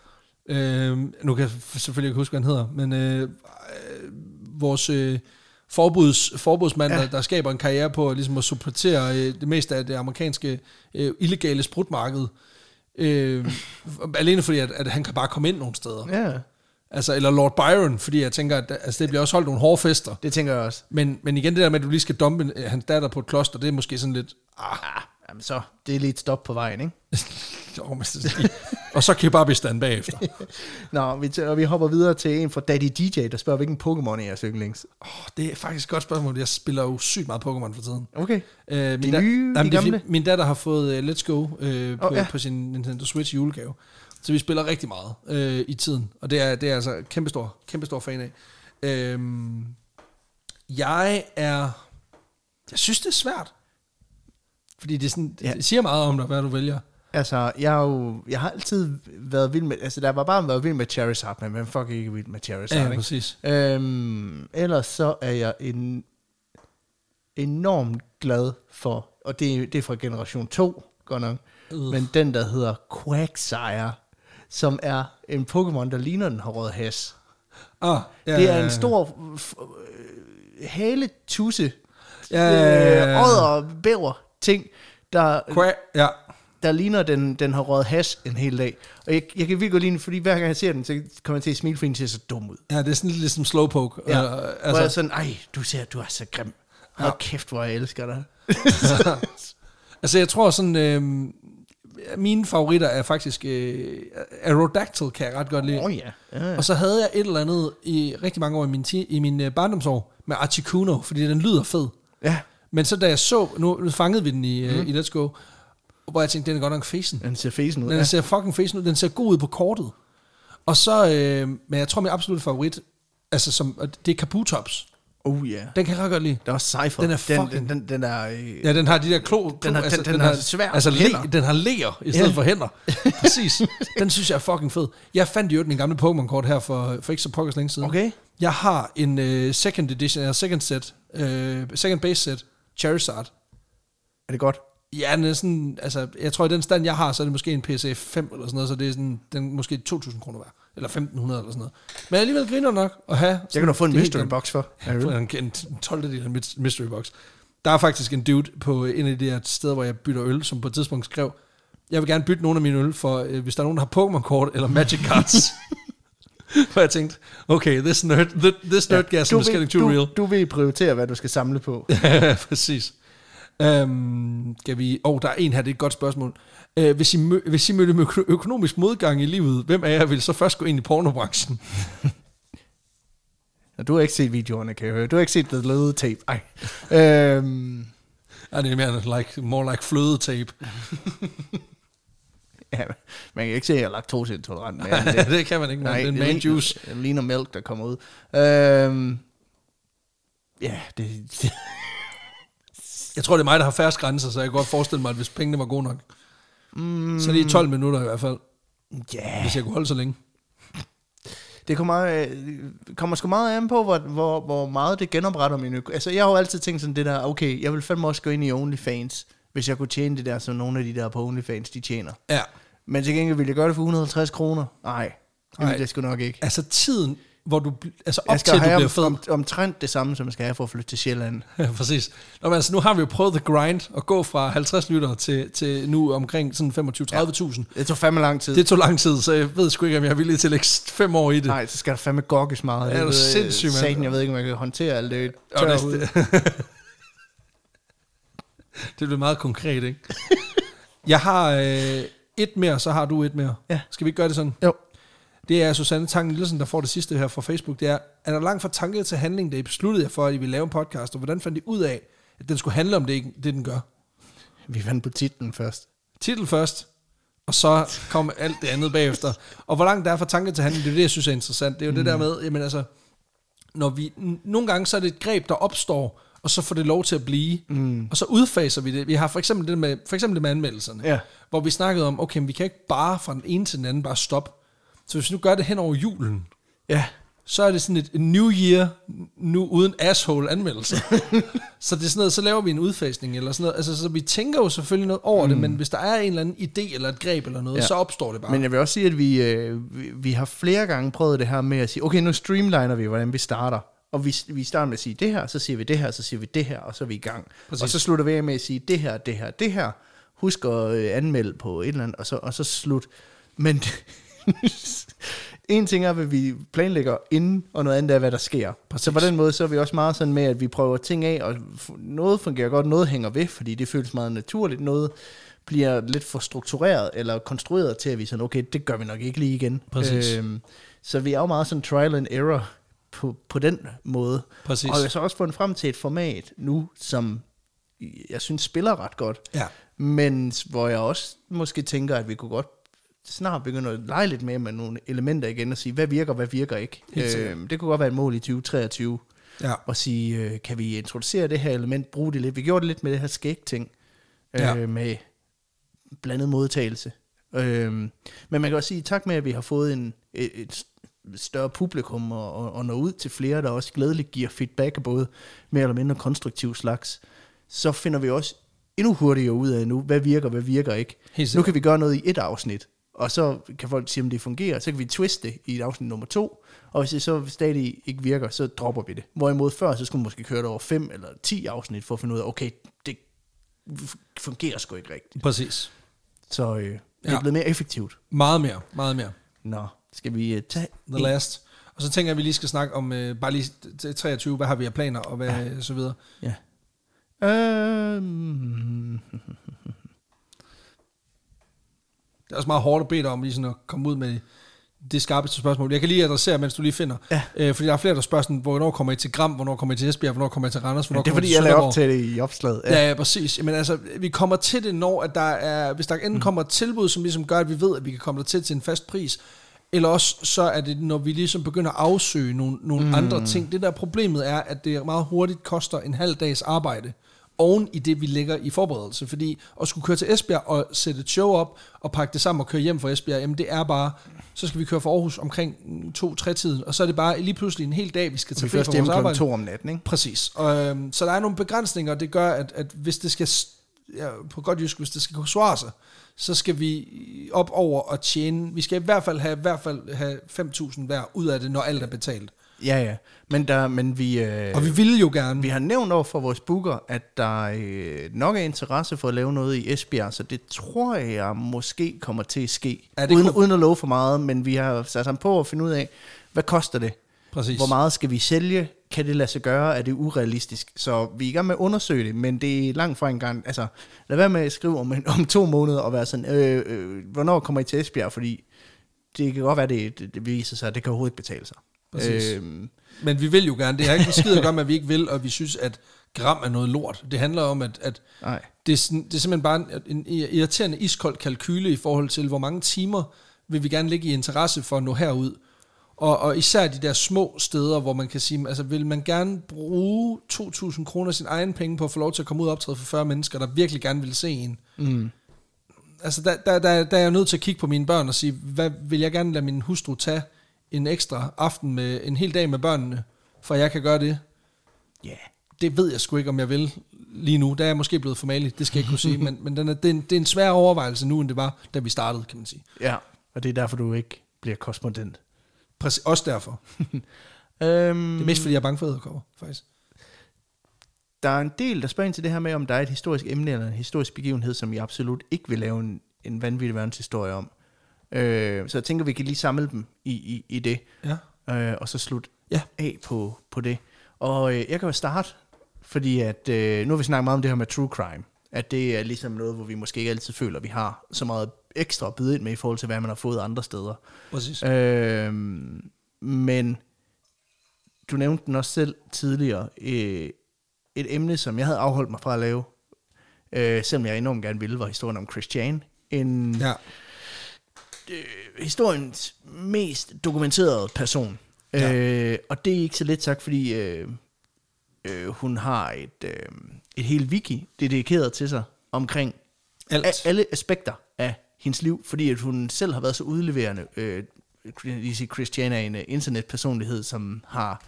nu kan jeg selvfølgelig ikke huske, hvad han hedder, men vores forbudsmand, der skaber en karriere på ligesom at supportere det meste af det amerikanske illegale sprutmarked, alene fordi, at han kan bare komme ind nogle steder. Ja. Altså, eller Lord Byron, fordi jeg tænker, at altså, det bliver også holdt nogle hårde fester. Det tænker jeg også. Men igen, det der med, at du lige skal dumpe hans datter på et kloster, det er måske sådan lidt... Jamen så, det er lige et stop på vejen, ikke? Og så kebabistan bagefter. Nå, vi hopper videre til en fra Daddy DJ, der spørger, hvilken Pokémon er jeres yndlings? Det er faktisk et godt spørgsmål. Jeg spiller jo sygt meget Pokémon for tiden. Okay. De gamle? Min datter har fået Let's Go på sin Nintendo Switch julegave. Så vi spiller rigtig meget i tiden. Og det er altså kæmpestor fan af. Jeg synes, det er svært. Fordi det, er sådan, det siger meget om dig, hvad du vælger. Altså, jeg har altid været vild med... Altså, der var bare været vild med Charizard, men hvem fuck ikke vild med Charizard, ja, præcis. Ellers så er jeg enormt glad for... Og det er fra generation 2, godt nok. Men den, der hedder Quagsire, som er en Pokémon, der ligner den har røget has. Det er en stor haletusse, odder, bæver ting, der ligner den har røget hash en hel dag. Og jeg kan virkelig gå lige, fordi hver gang jeg ser den, så kommer jeg til at smile, fordi den ser så dum ud. Ja, det er sådan lidt ligesom Slowpoke. Ja, hvor jeg sådan, du er så grim. Hold kæft, hvor jeg elsker dig. Altså, jeg tror sådan, mine favoritter er faktisk Aerodactyl, kan jeg ret godt lide. Ja. Og så havde jeg et eller andet i rigtig mange år i min barndomsår med Articuno, fordi den lyder fed. Ja. Men så da jeg så, nu fangede vi den i Let's Go, hvor jeg tænkte, den er godt nok fesen. Den ser fesen ud. Den ser fucking fesen ud. Den ser god ud på kortet. Og så, men jeg tror, min absolutte favorit, altså det er Kabutops. Den kan jeg ret godt lide. Det er også Cypher. Den er fucking... Den er... Ja, den har de der den har svært hænder. Den har ler i stedet for hænder. Præcis. Den synes jeg er fucking fed. Jeg fandt jo den gamle Pokémon-kort her for ikke så pokkers længe siden. Okay. Jeg har en second edition, eller second base set, Charizard. Er det godt? Ja, den er sådan, altså, jeg tror, i den stand, jeg har, så er det måske en PSA 5 eller sådan noget, så det er sådan, den er måske 2.000 kroner værd, eller 1.500 eller sådan noget. Men alligevel griner nok at have. Jeg kan du få en mystery box for. En 12. del af en mystery box. Der er faktisk en dude på en af de her steder, hvor jeg bytter øl, som på et tidspunkt skrev, jeg vil gerne bytte nogle af mine øl, for hvis der er nogen, der har Pokémon-kort eller Magic Cards. For jeg tænkte, okay, this nerdgasm is getting too real. Du vil prioritere, hvad du skal samle på. Ja, præcis. Skal vi... der er en her, det er et godt spørgsmål. Hvis I mødte med økonomisk modgang i livet, hvem af jer vil så først gå ind i pornobranchen? Du har ikke set videoerne, kan jeg høre. Du har ikke set det løde tape. Ej. Det er more like flødetape. Ja, man kan ikke se, at jeg er laktoseintolerant. Det kan man ikke. Nej, det er man juice. Det ligner mælk, der kommer ud. Det... Jeg tror, det er mig, der har færre grænser, så jeg kan godt forestille mig, at hvis pengene var gode nok, så det er 12 minutter i hvert fald. Yeah. Hvis jeg kunne holde så længe. Det kommer sgu meget an på, hvor meget det genopretter min Altså, jeg har jo altid tænkt sådan det der, okay, jeg vil fandme også gå ind i OnlyFans, hvis jeg kunne tjene det der, som nogle af de der på OnlyFans, de tjener. Ja. Men til gengæld ville jeg gøre det for 150 kroner. Nej, det ville jeg sgu nok ikke. Altså tiden, hvor du, altså op til, du bliver fed. Omtrent det samme, som jeg skal have for at flytte til Sjælland. Ja, præcis. Nå, men altså, nu har vi jo prøvet the grind at gå fra 50 lytter til nu omkring sådan 25-30.000. Det tog fandme lang tid. Det tog lang tid, så jeg ved sgu ikke, om jeg er villig til at lægge 5 år i det. Nej, så skal der fandme gokkes meget. Ja, det er sindssygt, mand. Sagen, jeg ved ikke, om jeg kan håndtere alt det. Det bliver meget konkret, ikke? Jeg har et mere, så har du et mere. Ja. Skal vi ikke gøre det sådan? Jo. Det er Susanne Tangen-Nielsen, der får det sidste her fra Facebook. Det er der langt fra tanke til handling, da I besluttede jer for, at I ville lave en podcast, og hvordan fandt I ud af, at den skulle handle om det den gør? Vi fandt på titlen først. Titel først, og så kom alt det andet bagefter. Og hvor langt der er fra tanke til handling, det er det, jeg synes er interessant. Det er jo det der med, jamen altså, når vi, nogle gange så er det et greb, der opstår, og så får det lov til at blive, og så udfaser vi det. Vi har for eksempel det med anmeldelserne, hvor vi snakkede om, okay, vi kan ikke bare fra den ene til den anden bare stoppe. Så hvis vi nu gør det hen over julen, så er det sådan et new year, nu uden asshole anmeldelser. Så det er sådan noget, så laver vi en udfasning eller sådan noget. Altså, så vi tænker jo selvfølgelig noget over det, men hvis der er en eller anden idé eller et greb eller noget, så opstår det bare. Men jeg vil også sige, at vi har flere gange prøvet det her med at sige, okay, nu streamliner vi, hvordan vi starter. Og vi starter med at sige det her, så siger vi det her, så siger vi det her, og så er vi i gang. Præcis. Og så slutter vi af med at sige det her, det her, det her. Husk at anmelde på et eller andet, og så slut. Men en ting er, hvad vi planlægger inden, og noget andet er, hvad der sker. Præcis. Så på den måde, så er vi også meget sådan med, at vi prøver ting af, og noget fungerer godt, noget hænger ved, fordi det føles meget naturligt, noget bliver lidt for struktureret, eller konstrueret til, at vi sådan, okay, det gør vi nok ikke lige igen. Præcis. Så vi er jo meget sådan trial and error på den måde. Præcis. Og jeg har så også fundet frem til et format nu, som jeg synes spiller ret godt, Ja. men hvor jeg også måske tænker, at vi kunne godt snart begynde at lege lidt mere med nogle elementer igen, og sige, hvad virker ikke. Det kunne godt være et mål i 2023, Ja. og sige, kan vi introducere det her element, bruge det lidt. Vi gjorde det lidt med det her skæg-ting, med blandet modtagelse. Men man kan også sige, tak med, at vi har fået et større publikum, og nå ud til flere, der også glædeligt giver feedback af både mere eller mindre konstruktiv slags, så finder vi også endnu hurtigere ud af nu, hvad virker ikke. Nu kan vi gøre noget i et afsnit, og så kan folk sige, om det fungerer, så kan vi twiste det i et afsnit nummer 2, og hvis det så stadig ikke virker, så dropper vi det. Hvorimod før, så skulle man måske køre det over 5 eller 10 afsnit, for at finde ud af, okay, det fungerer sgu ikke rigtigt. Præcis. Så det er blevet mere effektivt. Meget mere. Nå, skal vi tage The last. Og så tænker jeg, at vi lige skal snakke om, bare lige til 23, hvad har vi af planer, og hvad så videre. Ja. Det er også meget hårdt at bede dig om lige sådan at komme ud med det skarpeste spørgsmål. Jeg kan lige adressere, mens du lige finder. Ja. Fordi der er flere, der spørger sådan, hvornår kommer I til Gram, hvornår kommer I til Esbjerg, hvornår kommer I til Randers, hvornår kommer I til Sønderborg. Det er fordi, jeg Sønderborg. laver op til det i opslaget. Ja, præcis. Men altså, vi kommer til det, når at der er, hvis der enten kommer et tilbud, som ligesom gør, at vi ved, at vi kan komme der til en fast pris, eller også så er det, når vi ligesom begynder at afsøge nogle andre ting. Det der problemet er, at det meget hurtigt koster en halv dags arbejde oven i det, vi lægger i forberedelse. Fordi at skulle køre til Esbjerg og sætte et show op og pakke det sammen og køre hjem fra Esbjerg, jamen det er bare, så skal vi køre fra Aarhus omkring 2-3 tiden, og så er det bare lige pludselig en hel dag, vi skal tage fri fra vores arbejde. 2 om natten, ikke? Præcis. Så der er nogle begrænsninger, og det gør, at hvis det skal, på godt jysk, hvis det skal kunne svare sig, så skal vi op over og tjene, vi skal i hvert fald have 5.000 hver ud af det, når alt er betalt. Ja. Men vi... og vi vil jo gerne. Vi har nævnt over for vores booker, at der nok er interesse for at lave noget i Esbjerg, så det tror jeg måske kommer til at ske. Uden at love for meget, men vi har sat ham på at finde ud af, hvad koster det? Præcis. Hvor meget skal vi sælge? Kan det lade sig gøre? Er det urealistisk? Så vi er i gang med at undersøge det, men det er langt fra en gang. Altså, lad være med at skrive om 2 måneder og være sådan, hvornår kommer I til Esbjerg? Fordi det kan godt være, det viser sig, at det kan overhovedet ikke betale sig. Men vi vil jo gerne. Det har ikke en skid at gøre med, at vi ikke vil, og vi synes, at Gram er noget lort. Det handler om, at det er simpelthen bare en irriterende iskold kalkyle i forhold til, hvor mange timer vil vi gerne lægge i interesse for at nå herud. Og især de der små steder, hvor man kan sige, altså vil man gerne bruge 2.000 kroner sin egen penge på at få lov til at komme ud og optræde for 40 mennesker, der virkelig gerne vil se en. Altså der er jeg nødt til at kigge på mine børn og sige, hvad vil jeg gerne lade min hustru tage en ekstra aften med en hel dag med børnene, for jeg kan gøre det. Ja. Yeah. Det ved jeg sgu ikke, om jeg vil lige nu. Der er jeg måske blevet for malig, det skal jeg ikke kunne sige, men det er en svær overvejelse nu, end det var, da vi startede, kan man sige. Ja, og det er derfor, du ikke bliver korrespondent. Præcis, også derfor. Det er mest fordi, jeg er bange for edderkopper, faktisk. Der er en del, der spørger ind til det her med, om der er et historisk emne eller en historisk begivenhed, som I absolut ikke vil lave en vanvittig verdenshistorie om. Så jeg tænker, vi kan lige samle dem i det, og så slutte af på det. Og jeg kan jo starte, fordi at, nu har vi snakket meget om det her med true crime, at det er ligesom noget, hvor vi måske ikke altid føler, at vi har så meget ekstra at byde ind med i forhold til, hvad man har fået andre steder. Præcis. Men du nævnte den også selv tidligere, et emne, som jeg havde afholdt mig fra at lave, selvom jeg enormt gerne ville, var historien om Christiane. Historiens mest dokumenterede person. Og det er ikke så let sagt, fordi hun har et helt wiki dedikeret til sig omkring alle aspekter af hendes liv, fordi at hun selv har været så udleverende. Christiane er en internetpersonlighed, som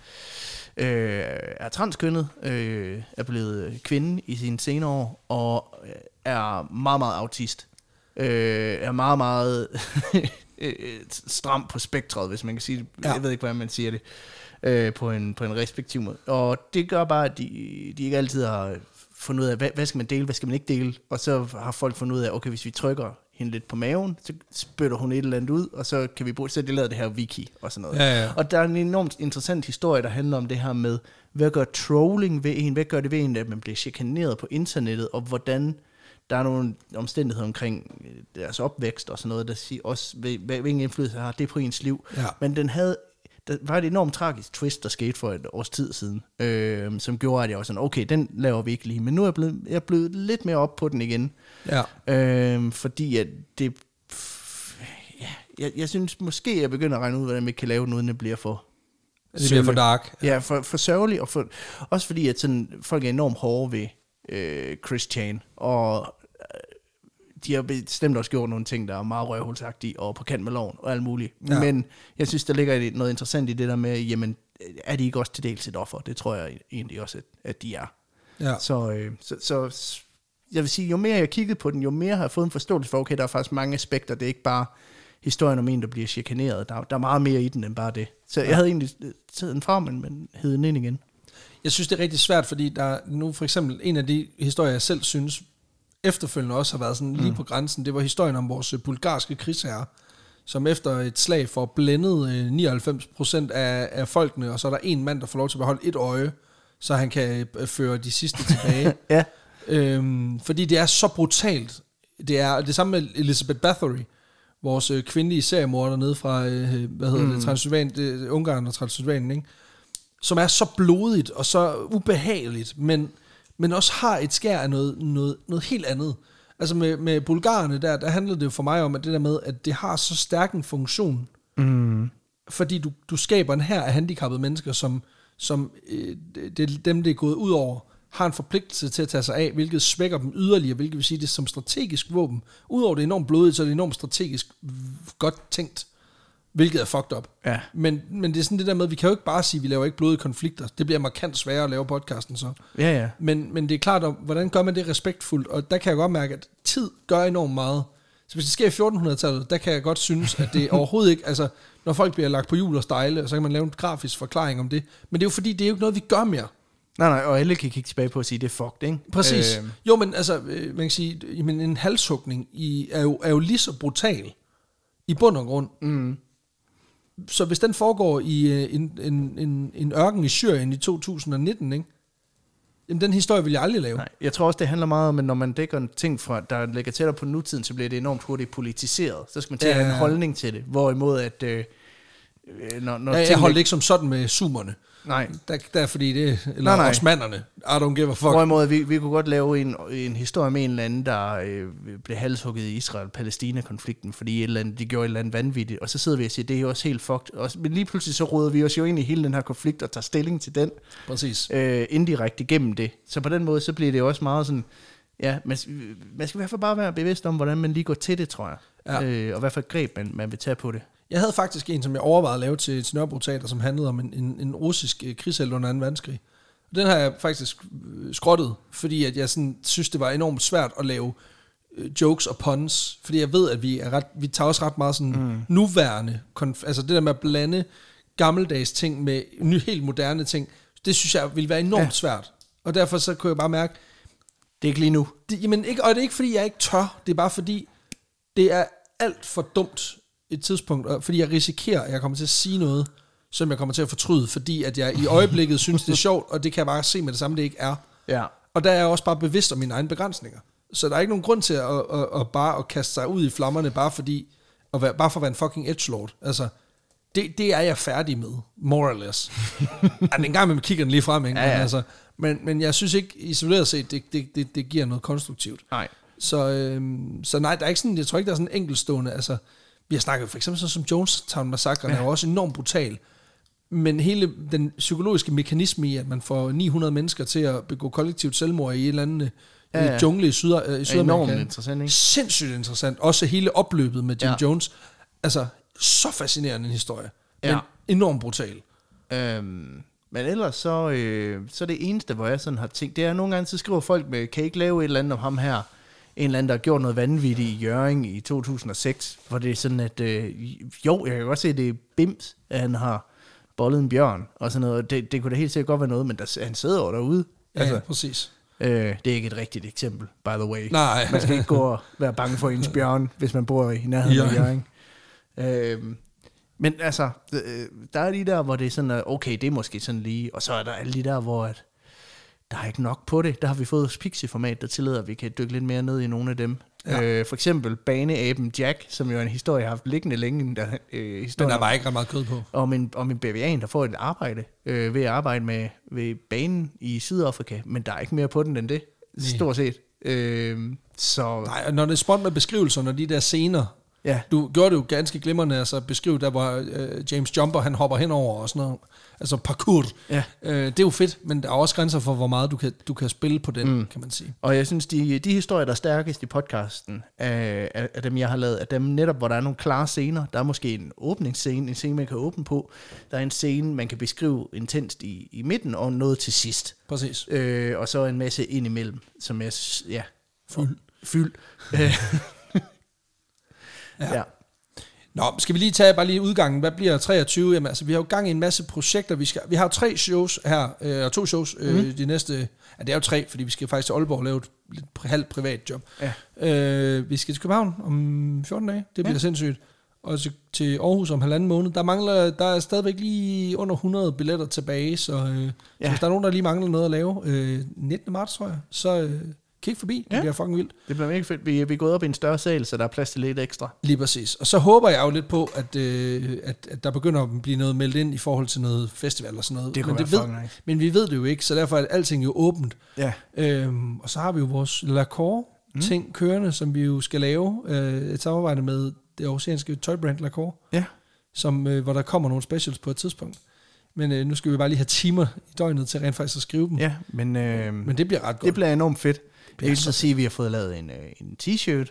er transkønnet, er blevet kvinde i sine senere år, og er meget, meget autist. Er meget, meget stram på spektret, hvis man kan sige det. Jeg ved ikke, hvordan man siger det, på en respektiv måde. Og det gør bare, at de ikke altid har fundet ud af, hvad skal man dele, hvad skal man ikke dele. Og så har folk fundet ud af, okay, hvis vi trykker hende lidt på maven, så spytter hun et eller andet ud, og så kan vi bruge, så de lavede det her wiki og sådan noget. Ja. Og der er en enormt interessant historie, der handler om det her med, hvad gør trolling ved en, hvad gør det ved en, at man bliver chikaneret på internettet, og hvordan der er nogle omstændigheder omkring deres opvækst og sådan noget, der siger også, hvilken indflydelse har det på ens liv. Ja. Men der var et enormt tragisk twist, der skete for et års tid siden, som gjorde, at jeg var sådan, okay, den laver vi ikke lige. Men nu er jeg blevet lidt mere op på den igen. Ja. Fordi at det... Jeg synes måske, jeg begynder at regne ud, hvordan vi kan lave den, uden det bliver for... Det bliver for dark. Ja, for sørgeligt, og også fordi, at sådan, folk er enormt hårde ved Chris Chan, og de har bestemt også gjort nogle ting, der er meget røvhulsagtige og på kant med loven og alt muligt. Ja. Men jeg synes, der ligger noget interessant i det der med, jamen, er de ikke også til dels et offer? Det tror jeg egentlig også, at de er. Ja. Så jeg vil sige, jo mere jeg kiggede på den, jo mere har jeg fået en forståelse for, okay, der er faktisk mange aspekter. Det er ikke bare historien om en, der bliver chikaneret. Der er meget mere i den end bare det. Så jeg havde egentlig taget den fra, men hed den ind igen. Jeg synes, det er rigtig svært, fordi der er nu for eksempel en af de historier, jeg selv synes, efterfølgende også har været sådan lige på grænsen, det var historien om vores bulgarske krigsherre, som efter et slag får blændet 99% af folkene, og så er der en mand, der får lov til at beholde et øje, så han kan føre de sidste tilbage. Ja. Fordi det er så brutalt. Det er det samme med Elizabeth Bathory, vores kvindelige seriemorder nede fra, Transylvanien, Ungarn og Transylvanien, ikke? Som er så blodigt og så ubehageligt, men også har et skær af noget helt andet. Altså med bulgarerne der handlede det jo for mig om, at det der med, at det har så stærk en funktion, fordi du skaber en hær af handicappede mennesker, som dem, det er gået ud over, har en forpligtelse til at tage sig af, hvilket svækker dem yderligere, hvilket vil sige, det som strategisk våben. Udover det enormt blodigt, så er det enormt strategisk godt tænkt, hvilket er fucked up. Ja. Men det er sådan det der med, at vi kan jo ikke bare sige, at vi laver ikke blodige konflikter. Det bliver markant sværere at lave podcasten så. Ja. Men det er klart, hvordan gør man det respektfuldt? Og der kan jeg godt mærke, at tid gør enormt meget. Så hvis det sker i 1400-tallet, der kan jeg godt synes, at det overhovedet ikke, altså når folk bliver lagt på hjul og stejle, så kan man lave en grafisk forklaring om det. Men det er jo fordi, det er jo ikke noget, vi gør mere. Nej, og alle kan kigge tilbage på at sige, det er fucked, ikke? Præcis. Jo, men altså, man kan sige, jamen, en halshugning er jo lige så brutal i bund og grund. Så hvis den foregår i en ørken i Syrien i 2019, ikke? Jamen, den historie vil jeg aldrig lave. Nej, jeg tror også, det handler meget om, at når man dækker en ting, der ligger tættere på nutiden, så bliver det enormt hurtigt politiseret. Så skal man til at have en holdning til det. Hvorimod, at... jeg holdt ikke som sådan med zoomerne. Nej. Der fordi det... Eller osmanderne. I don't give a fuck. Hvorimod, vi kunne godt lave en historie med en eller anden, der blev halshugget i Israel-Palæstina-konflikten, fordi de gjorde et eller andet vanvittigt. Og så sidder vi og siger, det er jo også helt fucked. Men lige pludselig så råder vi os jo ind i hele den her konflikt og tager stilling til den. Præcis. Indirekte gennem det. Så på den måde, så bliver det jo også meget sådan... Ja, man skal i hvert fald bare være bevidst om, hvordan man lige går til det, tror jeg. Ja. Og hvad for et greb man vil tage på det. Jeg havde faktisk en, som jeg overvejede at lave til Nørrebro Teater, som handlede om en russisk krigshelt under 2. verdenskrig. Den har jeg faktisk skrottet, fordi at jeg sådan, synes, det var enormt svært at lave jokes og puns, fordi jeg ved, at vi tager også ret meget sådan nuværende, altså det der med at blande gammeldags ting med helt moderne ting, det synes jeg ville være enormt svært. Og derfor så kunne jeg bare mærke, det er ikke lige nu. Og det er ikke, fordi jeg ikke tør, det er bare fordi, det er alt for dumt et tidspunkt, fordi jeg risikerer, at jeg kommer til at sige noget, som jeg kommer til at fortryde, fordi at jeg i øjeblikket synes, det er sjovt, og det kan jeg bare se med det samme, det ikke er. Ja. Og der er jeg også bare bevidst om mine egne begrænsninger. Så der er ikke nogen grund til at bare at kaste sig ud i flammerne, bare for at være en fucking edgelord. Altså, det er jeg færdig med, more or less. En gang med kigger den lige frem, ikke? Ja. Men jeg synes ikke, isoleret set, det giver noget konstruktivt. Nej. Så nej, der er ikke sådan, jeg tror ikke, der er sådan enkeltstående, altså, vi har snakket for eksempel sådan som Jonestown-massakren er jo også enormt brutal, men hele den psykologiske mekanisme i, at man får 900 mennesker til at begå kollektivt selvmord i et eller andet jungle i Sydamerika. Enormt interessant, ikke? Sindssygt interessant. Også hele opløbet med Jim Jones. Altså, så fascinerende en historie. Men enormt brutal. Men ellers så det eneste, hvor jeg sådan har tænkt, det er nogle gange, så skriver folk med, kan I ikke lave et eller andet om ham her? En eller anden, der har gjort noget vanvittigt i Hjørring i 2006, hvor det er sådan, at jo, jeg kan godt se, at det er bims, at han har bollet en bjørn og sådan noget. Det kunne da helt sikkert godt være noget, men han sidder jo derude. Ja, præcis. Det er ikke et rigtigt eksempel, by the way. Nej. Man skal ikke gå og være bange for ens bjørn, hvis man bor i nærheden af Hjørring. Men altså, der er de der, hvor det er sådan, okay, det er måske sådan lige, og så er der alle de der, hvor at, der er ikke nok på det. Der har vi fået Pixie-format, der tillader, at vi kan dykke lidt mere ned i nogle af dem. Ja. For eksempel baneaben Jack, som jo er en historie, jeg har haft liggende længe. Men der var ikke ret meget kød på. Og min BVA'en, der får et arbejde ved at arbejde med ved banen i Sydafrika, men der er ikke mere på den end det, stort set. Så... Nej, når det er spot med beskrivelserne, de der scener, ja. Du gjorde det jo ganske glimrende, altså beskrive der, hvor James Jumper, han hopper henover og sådan noget. Altså parkour. Ja. Det er jo fedt, men der er også grænser for, hvor meget du kan spille på den, kan man sige. Og jeg synes, de historier, der er stærkest i podcasten, af dem, jeg har lavet, af dem netop, hvor der er nogle klare scener. Der er måske en åbningsscene, en scene, man kan åbne på. Der er en scene, man kan beskrive intenst i midten, og noget til sidst. Præcis. Og så en masse ind imellem, som jeg... Ja. Fyld. Ja. Nå, skal vi lige tage bare lige udgangen. Hvad bliver 23? Jamen, altså, vi har jo gang i en masse projekter. Vi har jo 3 shows her, og 2 shows de næste... Ja, det er jo 3, fordi vi skal faktisk til Aalborg og lave et lidt halvt privat job. Ja. Vi skal til København om 14 dage. Det bliver sindssygt. Og til Aarhus om 1,5 måned. Der er stadigvæk lige under 100 billetter tilbage, så hvis der er nogen, der lige mangler noget at lave, 19. marts, tror jeg, så... kig forbi, det bliver fucking vildt. Det bliver mega fedt. Vi er gået op i en større sal, så der er plads til lidt ekstra. Lige præcis. Og så håber jeg jo lidt på, at der begynder at blive noget meldt ind i forhold til noget festival og sådan noget. Det kunne men vi ved det jo ikke, så derfor er alting jo åbent. Ja. Og så har vi jo vores Lacour-ting kørende, som vi jo skal lave. Et samarbejde med det aarhusianske tøjbrand Lacour. Ja. Hvor der kommer nogle specials på et tidspunkt. Men nu skal vi bare lige have timer i døgnet til rent faktisk at skrive dem. Ja, men det bliver ret godt. Det bliver enormt fedt. Jeg vil så sige, at vi har fået lavet en t-shirt,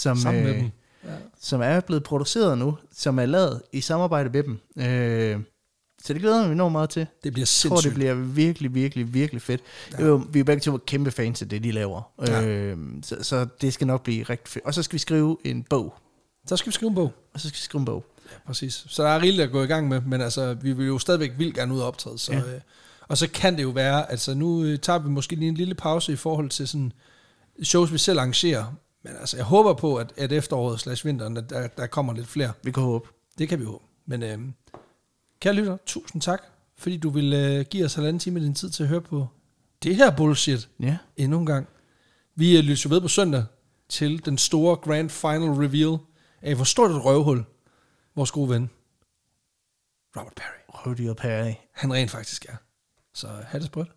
som er blevet produceret nu, som er lavet i samarbejde med dem. Så det glæder vi enormt meget til. Det bliver sindssygt. Jeg tror, det bliver virkelig, virkelig, virkelig fedt. Ja. Vi er begge to kæmpe fans af det, de laver. Ja. Så det skal nok blive rigtig fedt. Og så skal vi skrive en bog. Så skal vi skrive en bog. Ja, præcis. Så der er rigeligt at gå i gang med, men altså, vi vil jo stadigvæk vildt gerne ud og optræde. Så, og så kan det jo være, altså nu tager vi måske lige en lille pause i forhold til sådan shows, vi selv arrangerer. Men altså, jeg håber på, at efteråret / vinteren, der kommer lidt flere. Vi kan håbe. Det kan vi håbe. Men kære lytter, tusind tak, fordi du vil give os 1,5 time af din tid til at høre på det her bullshit endnu en gang. Vi lytter jo ved på søndag til den store grand final reveal af, hvor stort et røvhul vores gode ven Robert Perry. Rodeo Perry. Han rent faktisk er. Så have det sprødt.